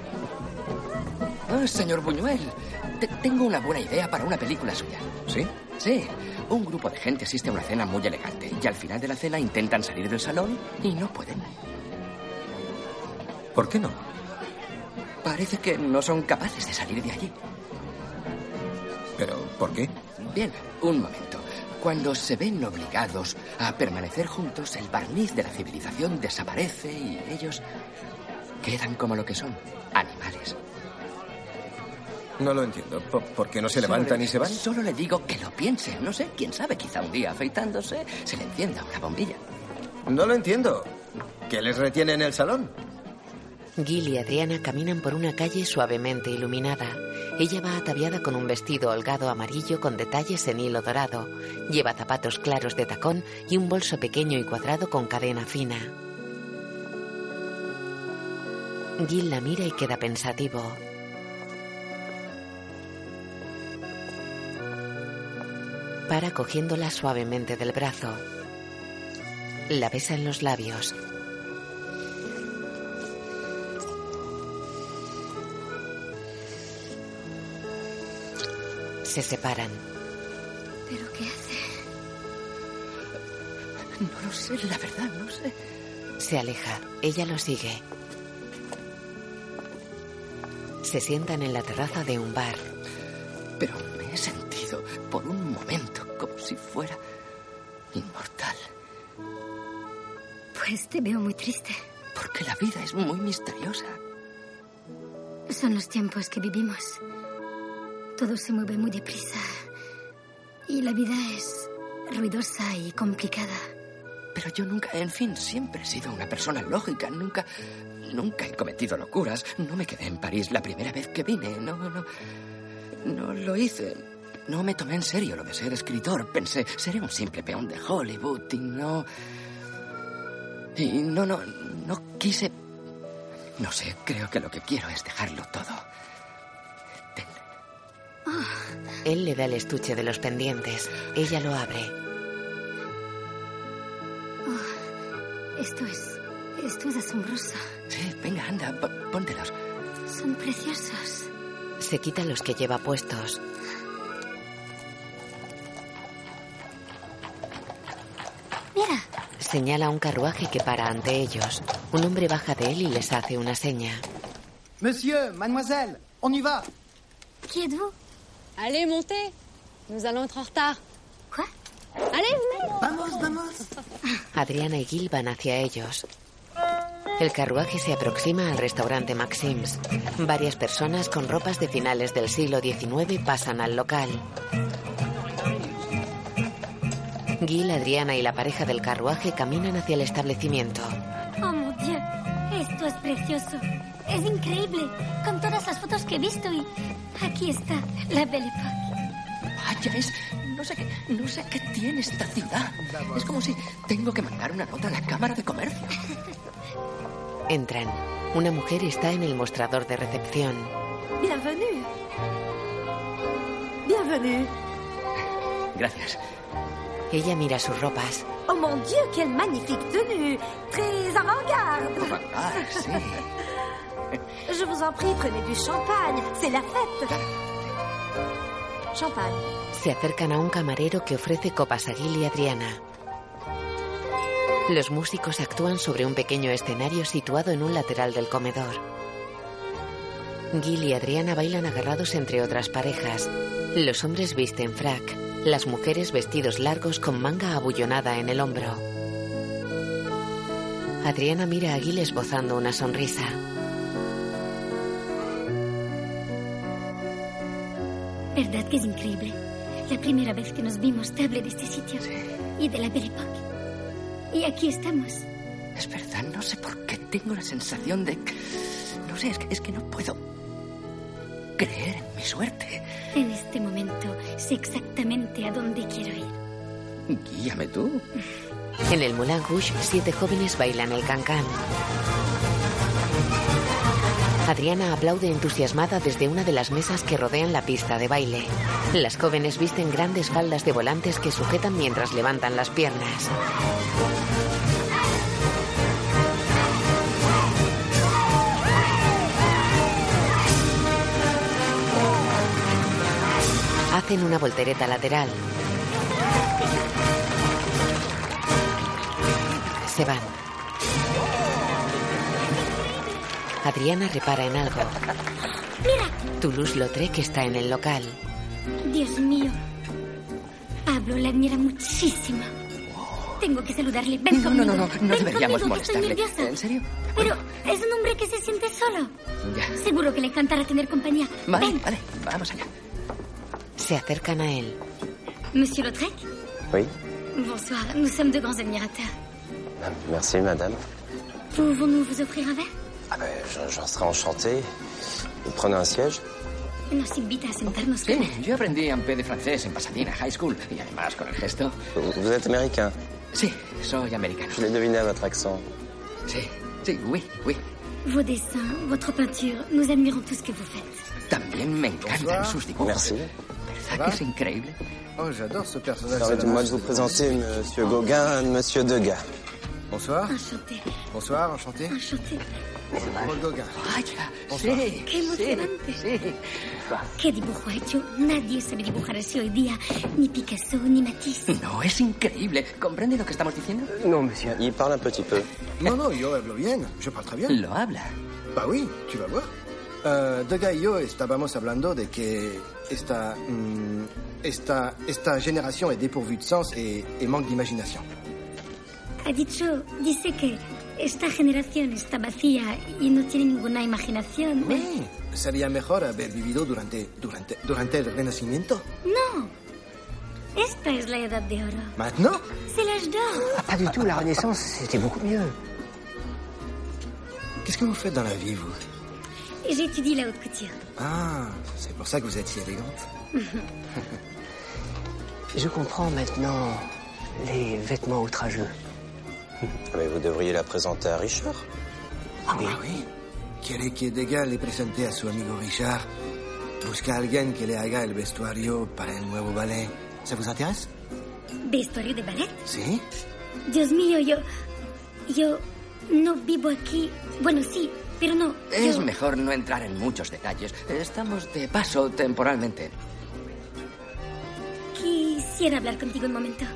Señor Buñuel, tengo una buena idea para una película suya. ¿Sí? Sí. Un grupo de gente asiste a una cena muy elegante y al final de la cena intentan salir del salón y no pueden. ¿Por qué no? Parece que no son capaces de salir de allí. ¿Pero por qué? Bien, un momento. Cuando se ven obligados a permanecer juntos, el barniz de la civilización desaparece y ellos quedan como lo que son, animales. No lo entiendo. ¿Por qué no se levantan y se van? Solo le digo que lo piense. No sé, quién sabe, quizá un día afeitándose se le encienda una bombilla. No lo entiendo. ¿Qué les retiene en el salón? Gil y Adriana caminan por una calle suavemente iluminada. Ella va ataviada con un vestido holgado amarillo con detalles en hilo dorado. Lleva zapatos claros de tacón y un bolso pequeño y cuadrado con cadena fina. Gil la mira y queda pensativo. Para cogiéndola suavemente del brazo. La besa en los labios. Se separan. ¿Pero qué hace? No lo sé, la verdad, no sé. Se aleja. Ella lo sigue. Se sientan en la terraza de un bar. Pero me he sentido por un momento como si fuera inmortal. Pues te veo muy triste. Porque la vida es muy misteriosa. Son los tiempos que vivimos. Todo se mueve muy deprisa. Y la vida es ruidosa y complicada. Pero yo nunca, en fin, siempre he sido una persona lógica. Nunca he cometido locuras. No me quedé en París la primera vez que vine. No lo hice. No me tomé en serio lo de ser escritor. Pensé, seré un simple peón de Hollywood y no quise. No sé, creo que lo que quiero es dejarlo todo. Él le da el estuche de los pendientes. Ella lo abre. Esto es asombroso. Sí, venga, anda, póntelos. Son preciosos. Se quita los que lleva puestos. Mira. Señala un carruaje que para ante ellos. Un hombre baja de él y les hace una seña. Monsieur, mademoiselle, on y va. Qui êtes-vous? Allez, montez. Nous allons être en retard. Quoi? Allez, venez. Vamos. Adriana y Gil van hacia ellos. El carruaje se aproxima al restaurante Maxim's. Varias personas con ropas de finales del siglo XIX pasan al local. Gil, Adriana y la pareja del carruaje caminan hacia el establecimiento. Oh, mon Dieu. Esto es precioso. Es increíble. Con todas las fotos que he visto y... Aquí está, la Belle Époque. Vaya, no sé qué tiene esta ciudad. Es como si tengo que mandar una nota a la Cámara de Comercio. Entran. Una mujer está en el mostrador de recepción. Bienvenue. Bienvenue. Gracias. Ella mira sus ropas. Oh, mon Dieu, quelle magnifique tenue. Très avant-garde. Avant-garde, sí. Je vous en prie, prenez du champagne. C'est la fête. Champagne. Se acercan a un camarero que ofrece copas a Gil y Adriana. Los músicos actúan sobre un pequeño escenario situado en un lateral del comedor. Gil y Adriana bailan agarrados entre otras parejas. Los hombres visten frac, las mujeres vestidos largos con manga abullonada en el hombro. Adriana mira a Gil esbozando una sonrisa. ¿Verdad que es increíble? La primera vez que nos vimos te hablé de este sitio y de la Belle Époque. Y aquí estamos. Es verdad, no sé por qué tengo la sensación de... lo sé, es que no puedo creer en mi suerte. En este momento sé exactamente a dónde quiero ir. Guíame tú. En el Moulin Rouge, 7 jóvenes bailan el cancán. Adriana aplaude entusiasmada desde una de las mesas que rodean la pista de baile. Las jóvenes visten grandes faldas de volantes que sujetan mientras levantan las piernas. Hacen una voltereta lateral. Se van. Adriana repara en algo. ¡Mira! Toulouse-Lautrec está en el local. Dios mío. Pablo la admira muchísimo. Tengo que saludarle. Ven conmigo. No Ven deberíamos conmigo, que estoy molestarle. nerviosa. ¿En serio? Pero es un hombre que se siente solo. Ya. Seguro que le encantará tener compañía. Vale, Ven. vale, vamos allá. Se acercan a él. Monsieur Lautrec. Oui. Bonsoir. Nous sommes de grands admirateurs. Merci, madame. Pouvons-nous vous offrir un verre? Ah ben, j'en serais enchanté. Prenez un siège. Nos invita a sentarnos. Sí, yo aprendí un peu de francés en Pasadena High School. Y además con el gesto. Vous êtes américain? Sí, soy americano. Je l'ai deviné à votre accent. Sí, oui. Vos dessins, votre peinture, nous admirons tout ce que vous faites. También me encantan sus dibujos. Merci. ¿Verdad que es increíble? Oh, j'adore ce personnage. Permettez-moi de vous présenter Monsieur Gauguin et Monsieur Degas. Bonsoir. Enchanté. Bonsoir, enchanté. Enchanté. C'est Paul Gauguin. Vaya, Bonsoir. sí. Qué emocionante. Sí. ¿Qué dibujo ha hecho? Nadie sabe dibujar así hoy día. Ni Picasso, ni Matisse. No, es increíble. ¿Comprende lo que estamos diciendo? Non, monsieur. Il parle un petit peu. Non, yo hablo bien. Je parle très bien. Lo habla. Bah oui, tu vas voir. Degas y yo estábamos hablando de que esta generación es dépourvue de sens et manque d'imaginación. Dice que esta generación está vacía y no tiene ninguna imaginación. Oui, sería mejor haber vivido durante el Renacimiento. No. Esta es la edad de oro. Maintenant? C'est l'âge d'or. Ah, pas du tout. La Renaissance, c'était beaucoup mieux. Qu'est-ce que vous faites dans la vie, vous? J'étudie la haute couture. Ah, c'est pour ça que vous êtes si élégante. Je comprends maintenant les vêtements outrageux. Mais vous devriez la présenter à Richard. Ah oui. Quiere que Degas le presente a su amigo Richard. Busca a alguien que le haga el vestuario para el nuevo ballet. ¿Ça vous intéresse? ¿Vestuario de ballet? Sí. Dios mío, yo no vivo aquí. Bueno, sí, pero no. Es mejor no entrar en muchos detalles. Estamos de paso temporalmente. Quisiera hablar contigo un momento.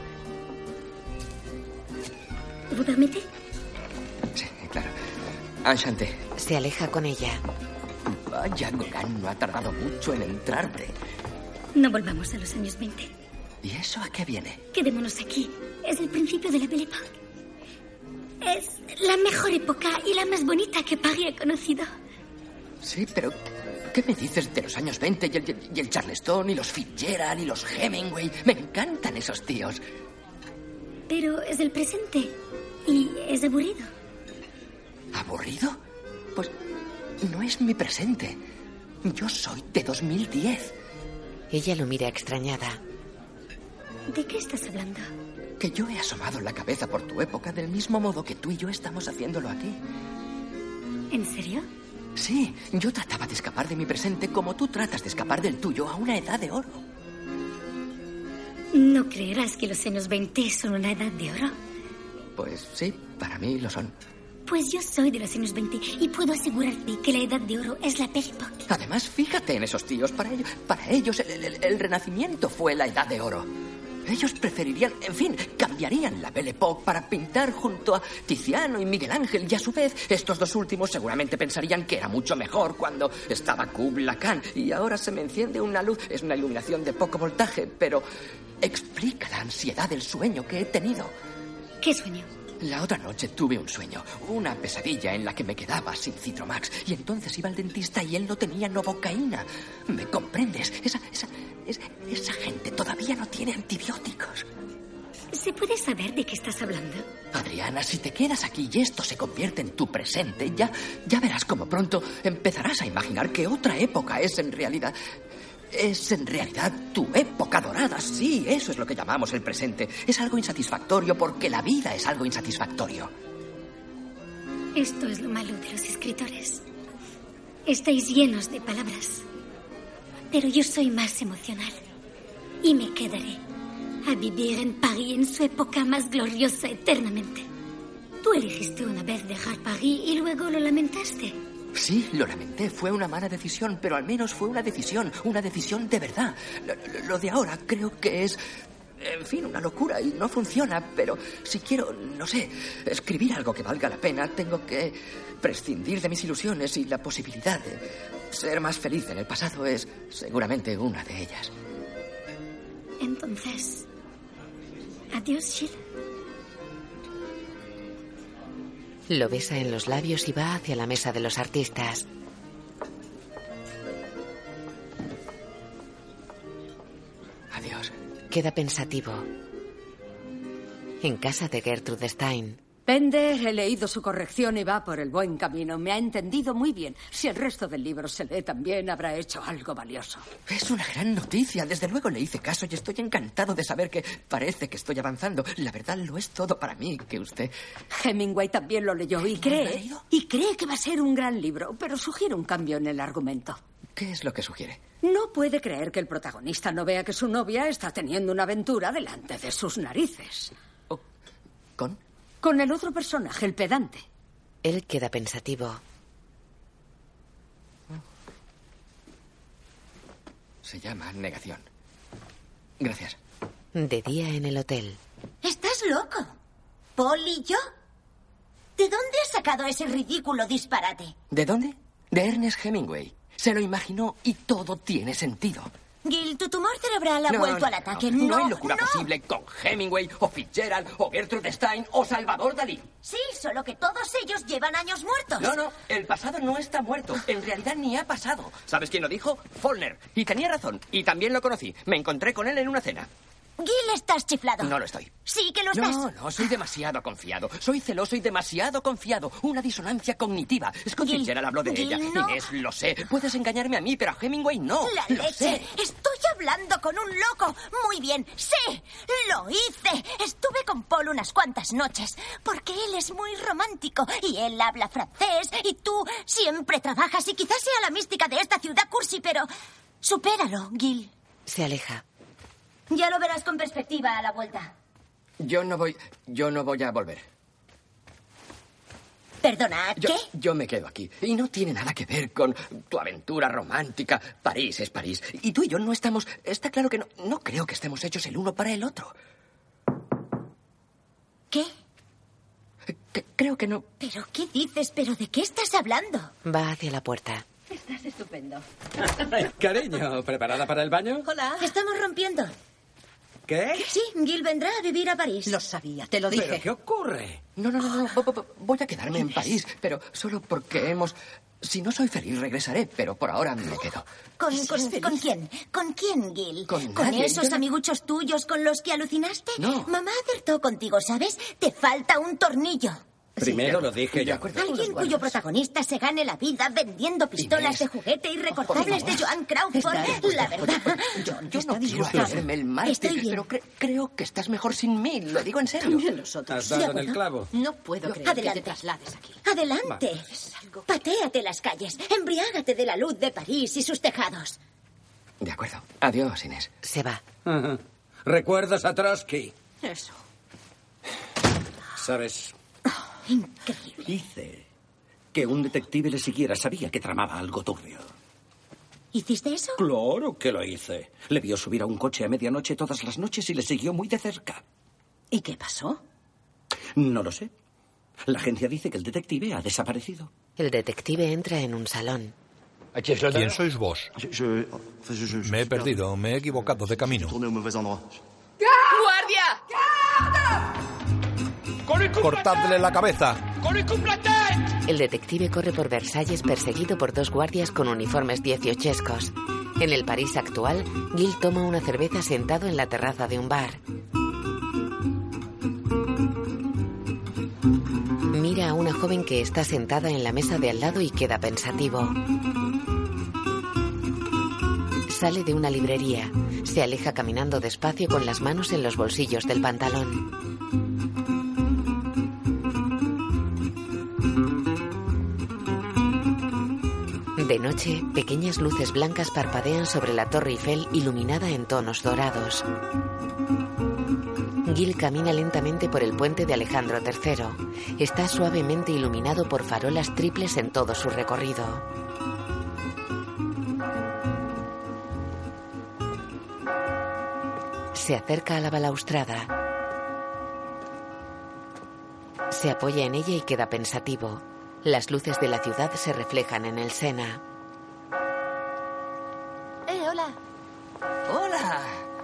¿Vous permite? Sí, claro. Enchanté. Se aleja con ella. Vaya, Gauguin no ha tardado mucho en entrarte. No volvamos a los años 20. ¿Y eso a qué viene? Quedémonos aquí. Es el principio de la Belle Époque. Es la mejor época y la más bonita que París ha conocido. Sí, pero ¿qué me dices de los años 20 y el Charleston y los Fitzgerald y los Hemingway? Me encantan esos tíos. Pero es el presente y es aburrido. ¿Aburrido? Pues no es mi presente. Yo soy de 2010. Ella lo mira extrañada. ¿De qué estás hablando? Que yo he asomado la cabeza por tu época del mismo modo que tú y yo estamos haciéndolo aquí. ¿En serio? Sí, yo trataba de escapar de mi presente como tú tratas de escapar del tuyo a una edad de oro. ¿No creerás que los años 20 son una edad de oro? Pues sí, para mí lo son. Pues yo soy de los años 20 y puedo asegurarte que la edad de oro es la Belle Époque. Además, fíjate en esos tíos. Para ellos el Renacimiento fue la edad de oro. Ellos preferirían, en fin, cambiarían la Belle Époque para pintar junto a Tiziano y Miguel Ángel. Y a su vez, estos dos últimos seguramente pensarían que era mucho mejor cuando estaba Kubla Khan. Y ahora se me enciende una luz. Es una iluminación de poco voltaje, pero explica la ansiedad del sueño que he tenido. ¿Qué sueño? La otra noche tuve un sueño, una pesadilla en la que me quedaba sin Citromax. Y entonces iba al dentista y él no tenía novocaína. ¿Me comprendes? Esa gente todavía no tiene antibióticos. Se puede ¿Puedes saber de qué estás hablando? Adriana, si te quedas aquí y esto se convierte en tu presente, ya verás cómo pronto empezarás a imaginar que otra época es en realidad tu época dorada. Sí, eso es lo que llamamos el presente. Es algo insatisfactorio porque la vida es algo insatisfactorio. Esto es lo malo de los escritores. Estáis llenos de palabras. Pero yo soy más emocional. Y me quedaré a vivir en París en su época más gloriosa eternamente. Tú elegiste una vez dejar París y luego lo lamentaste. Sí, lo lamenté. Fue una mala decisión, pero al menos fue una decisión de verdad. Lo de ahora creo que es, en fin, una locura y no funciona, pero si quiero, no sé, escribir algo que valga la pena, tengo que prescindir de mis ilusiones y la posibilidad de ser más feliz en el pasado es seguramente una de ellas. Entonces, adiós, Gil. Lo besa en los labios y va hacia la mesa de los artistas. Adiós. Queda pensativo. En casa de Gertrude Stein. Pender, he leído su corrección y va por el buen camino. Me ha entendido muy bien. Si el resto del libro se lee también, habrá hecho algo valioso. Es una gran noticia. Desde luego le hice caso y estoy encantado de saber que parece que estoy avanzando. La verdad lo es todo para mí, que usted... Hemingway también lo leyó y cree que va a ser un gran libro, pero sugiere un cambio en el argumento. ¿Qué es lo que sugiere? No puede creer que el protagonista no vea que su novia está teniendo una aventura delante de sus narices. ¿Con? Con el otro personaje, el pedante. Él queda pensativo. Se llama negación. Gracias. De día en el hotel. ¿Estás loco? ¿Paul y yo? ¿De dónde has sacado ese ridículo disparate? ¿De dónde? De Ernest Hemingway. Se lo imaginó y todo tiene sentido. Gil, tu tumor cerebral ha vuelto al ataque. No hay locura posible con Hemingway o Fitzgerald o Gertrude Stein o Salvador Dalí. Sí, solo que todos ellos llevan años muertos. No, el pasado no está muerto. En realidad ni ha pasado. ¿Sabes quién lo dijo? Faulkner. Y tenía razón. Y también lo conocí. Me encontré con él en una cena. Gil, estás chiflado. No lo estoy. Sí que lo estás. No, soy demasiado confiado. Soy celoso y demasiado confiado. Una disonancia cognitiva. Scott Fitzgerald habló de ella. No. Inés, lo sé. Puedes engañarme a mí, pero a Hemingway no. La leche. Sé. Estoy hablando con un loco. Muy bien. Sí, lo hice. Estuve con Paul unas cuantas noches. Porque él es muy romántico. Y él habla francés. Y tú siempre trabajas. Y quizás sea la mística de esta ciudad cursi, pero... supéralo, Gil. Se aleja. Ya lo verás con perspectiva a la vuelta. Yo no voy a volver. Perdona, ¿qué? Yo me quedo aquí. Y no tiene nada que ver con tu aventura romántica. París es París. Y tú y yo no estamos... Está claro que no creo que estemos hechos el uno para el otro. ¿Qué? Creo que no. ¿Pero qué dices? ¿Pero de qué estás hablando? Va hacia la puerta. Estás estupendo. Cariño, ¿preparada para el baño? Hola. Estamos rompiendo. ¿Qué? Sí, Gil vendrá a vivir a París. Lo sabía, te lo dije. ¿Pero qué ocurre? No. Voy a quedarme en París, pero solo porque hemos... Si no soy feliz, regresaré, pero por ahora me quedo. ¿Con quién? ¿Con quién, Gil? ¿Con nadie? ¿Esos no... amiguchos tuyos con los que alucinaste? No. Mamá acertó contigo, ¿sabes? Te falta un tornillo. Primero lo dije yo. Alguien cuyo protagonista se gane la vida vendiendo pistolas de juguete y recortables de Joan Crawford. La verdad. Yo no quiero hacerme el mártir, pero creo que estás mejor sin mí. Lo digo en serio. También nosotros. ¿Has dado en el clavo? No puedo creer que te traslades aquí. Adelante. Patéate las calles. Embriágate de la luz de París y sus tejados. De acuerdo. Adiós, Inés. Se va. ¿Recuerdas a Trotsky? Eso. ¿Sabes? Increíble. Hice que un detective le siguiera. Sabía que tramaba algo turbio. ¿Hiciste eso? Claro que lo hice. Le vio subir a un coche a medianoche todas las noches y le siguió muy de cerca. ¿Y qué pasó? No lo sé. La agencia dice que el detective ha desaparecido. El detective entra en un salón. ¿Quién sois vos? Me he perdido, me he equivocado de camino. ¡Guardia! ¡Cortadle la cabeza! El detective corre por Versalles perseguido por dos guardias con uniformes dieciochescos. En el París actual, Gil toma una cerveza sentado en la terraza de un bar. joven que está sentada en la mesa de al lado y queda pensativo. Sale de una librería. Se aleja caminando despacio con las manos en los bolsillos del pantalón. De noche, pequeñas luces blancas parpadean sobre la Torre Eiffel iluminada en tonos dorados. Gil camina lentamente por el puente de Alejandro III. Está suavemente iluminado por farolas triples en todo su recorrido. Se acerca a la balaustrada. Se apoya en ella y queda pensativo. Las luces de la ciudad se reflejan en el Sena. Hola. ¡Hola!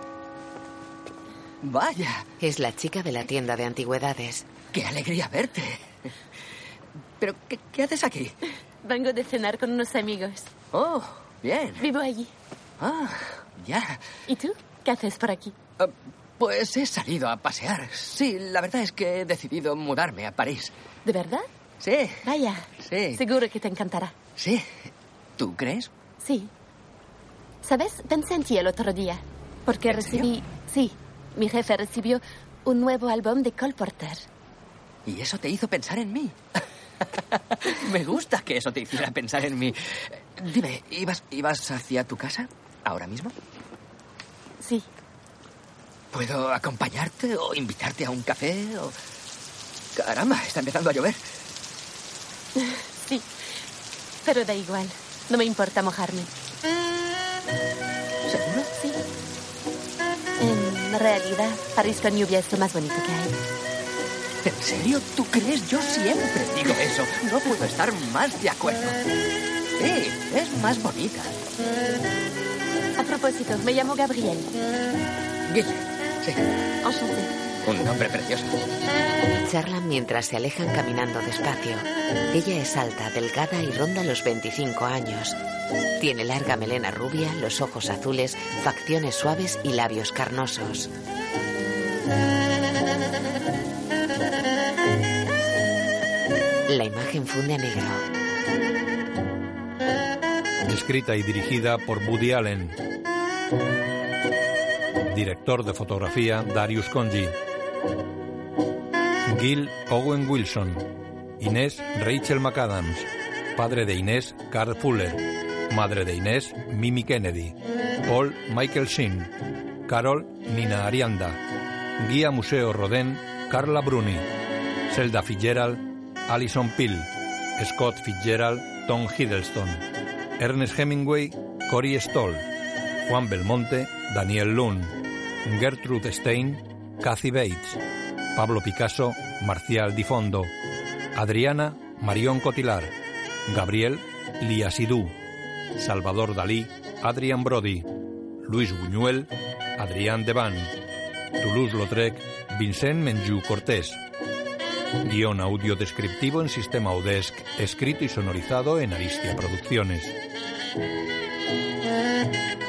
Vaya. Es la chica de la tienda de antigüedades. ¡Qué alegría verte! ¿Pero qué haces aquí? Vengo de cenar con unos amigos. Oh, bien. Vivo allí. Ah, ya. ¿Y tú? ¿Qué haces por aquí? Pues he salido a pasear. Sí, la verdad es que he decidido mudarme a París. ¿De verdad? Sí. Vaya. Sí. Seguro que te encantará. Sí. ¿Tú crees? Sí. ¿Sabes? Pensé en ti el otro día. Porque recibí... Sí. Mi jefe recibió un nuevo álbum de Cole Porter. ¿Y eso te hizo pensar en mí? Me gusta que eso te hiciera pensar en mí. Dime, ¿ibas hacia tu casa ahora mismo? Sí. ¿Puedo acompañarte o invitarte a un café? O... Caramba, está empezando a llover. Sí, pero da igual. No me importa mojarme. ¿Seguro? Sí. En realidad, París con lluvia es lo más bonito que hay. ¿En serio? ¿Tú crees? Yo siempre digo eso. No puedo estar más de acuerdo. Sí, es más bonita. A propósito, me llamo Gabriel. Gil, sí. Enchanté. Un nombre precioso. Charlan mientras se alejan caminando despacio. Ella es alta, delgada y ronda los 25 años. Tiene larga melena rubia, los ojos azules, facciones suaves y labios carnosos. La imagen funde a negro. Escrita y dirigida por Woody Allen. Director de fotografía Darius Khondji. Gil Owen Wilson. Inés Rachel McAdams. Padre de Inés Carl Fuller. Madre de Inés Mimi Kennedy. Paul Michael Sheen. Carol Nina Arianda. Guía Museo Rodin Carla Bruni. Zelda Fitzgerald Alison Peel. Scott Fitzgerald Tom Hiddleston. Ernest Hemingway Cory Stoll. Juan Belmonte Daniel Lund. Gertrude Stein Kathy Bates. Pablo Picasso Marcial Di Fondo. Adriana Marion Cotillard. Gabriel Lia Sidú. Salvador Dalí Adrian Brody. Luis Buñuel Adrián Devan. Toulouse-Lautrec Vincent Menjú Cortés. Guión audio descriptivo en sistema Audesc, escrito y sonorizado en Aristia Producciones.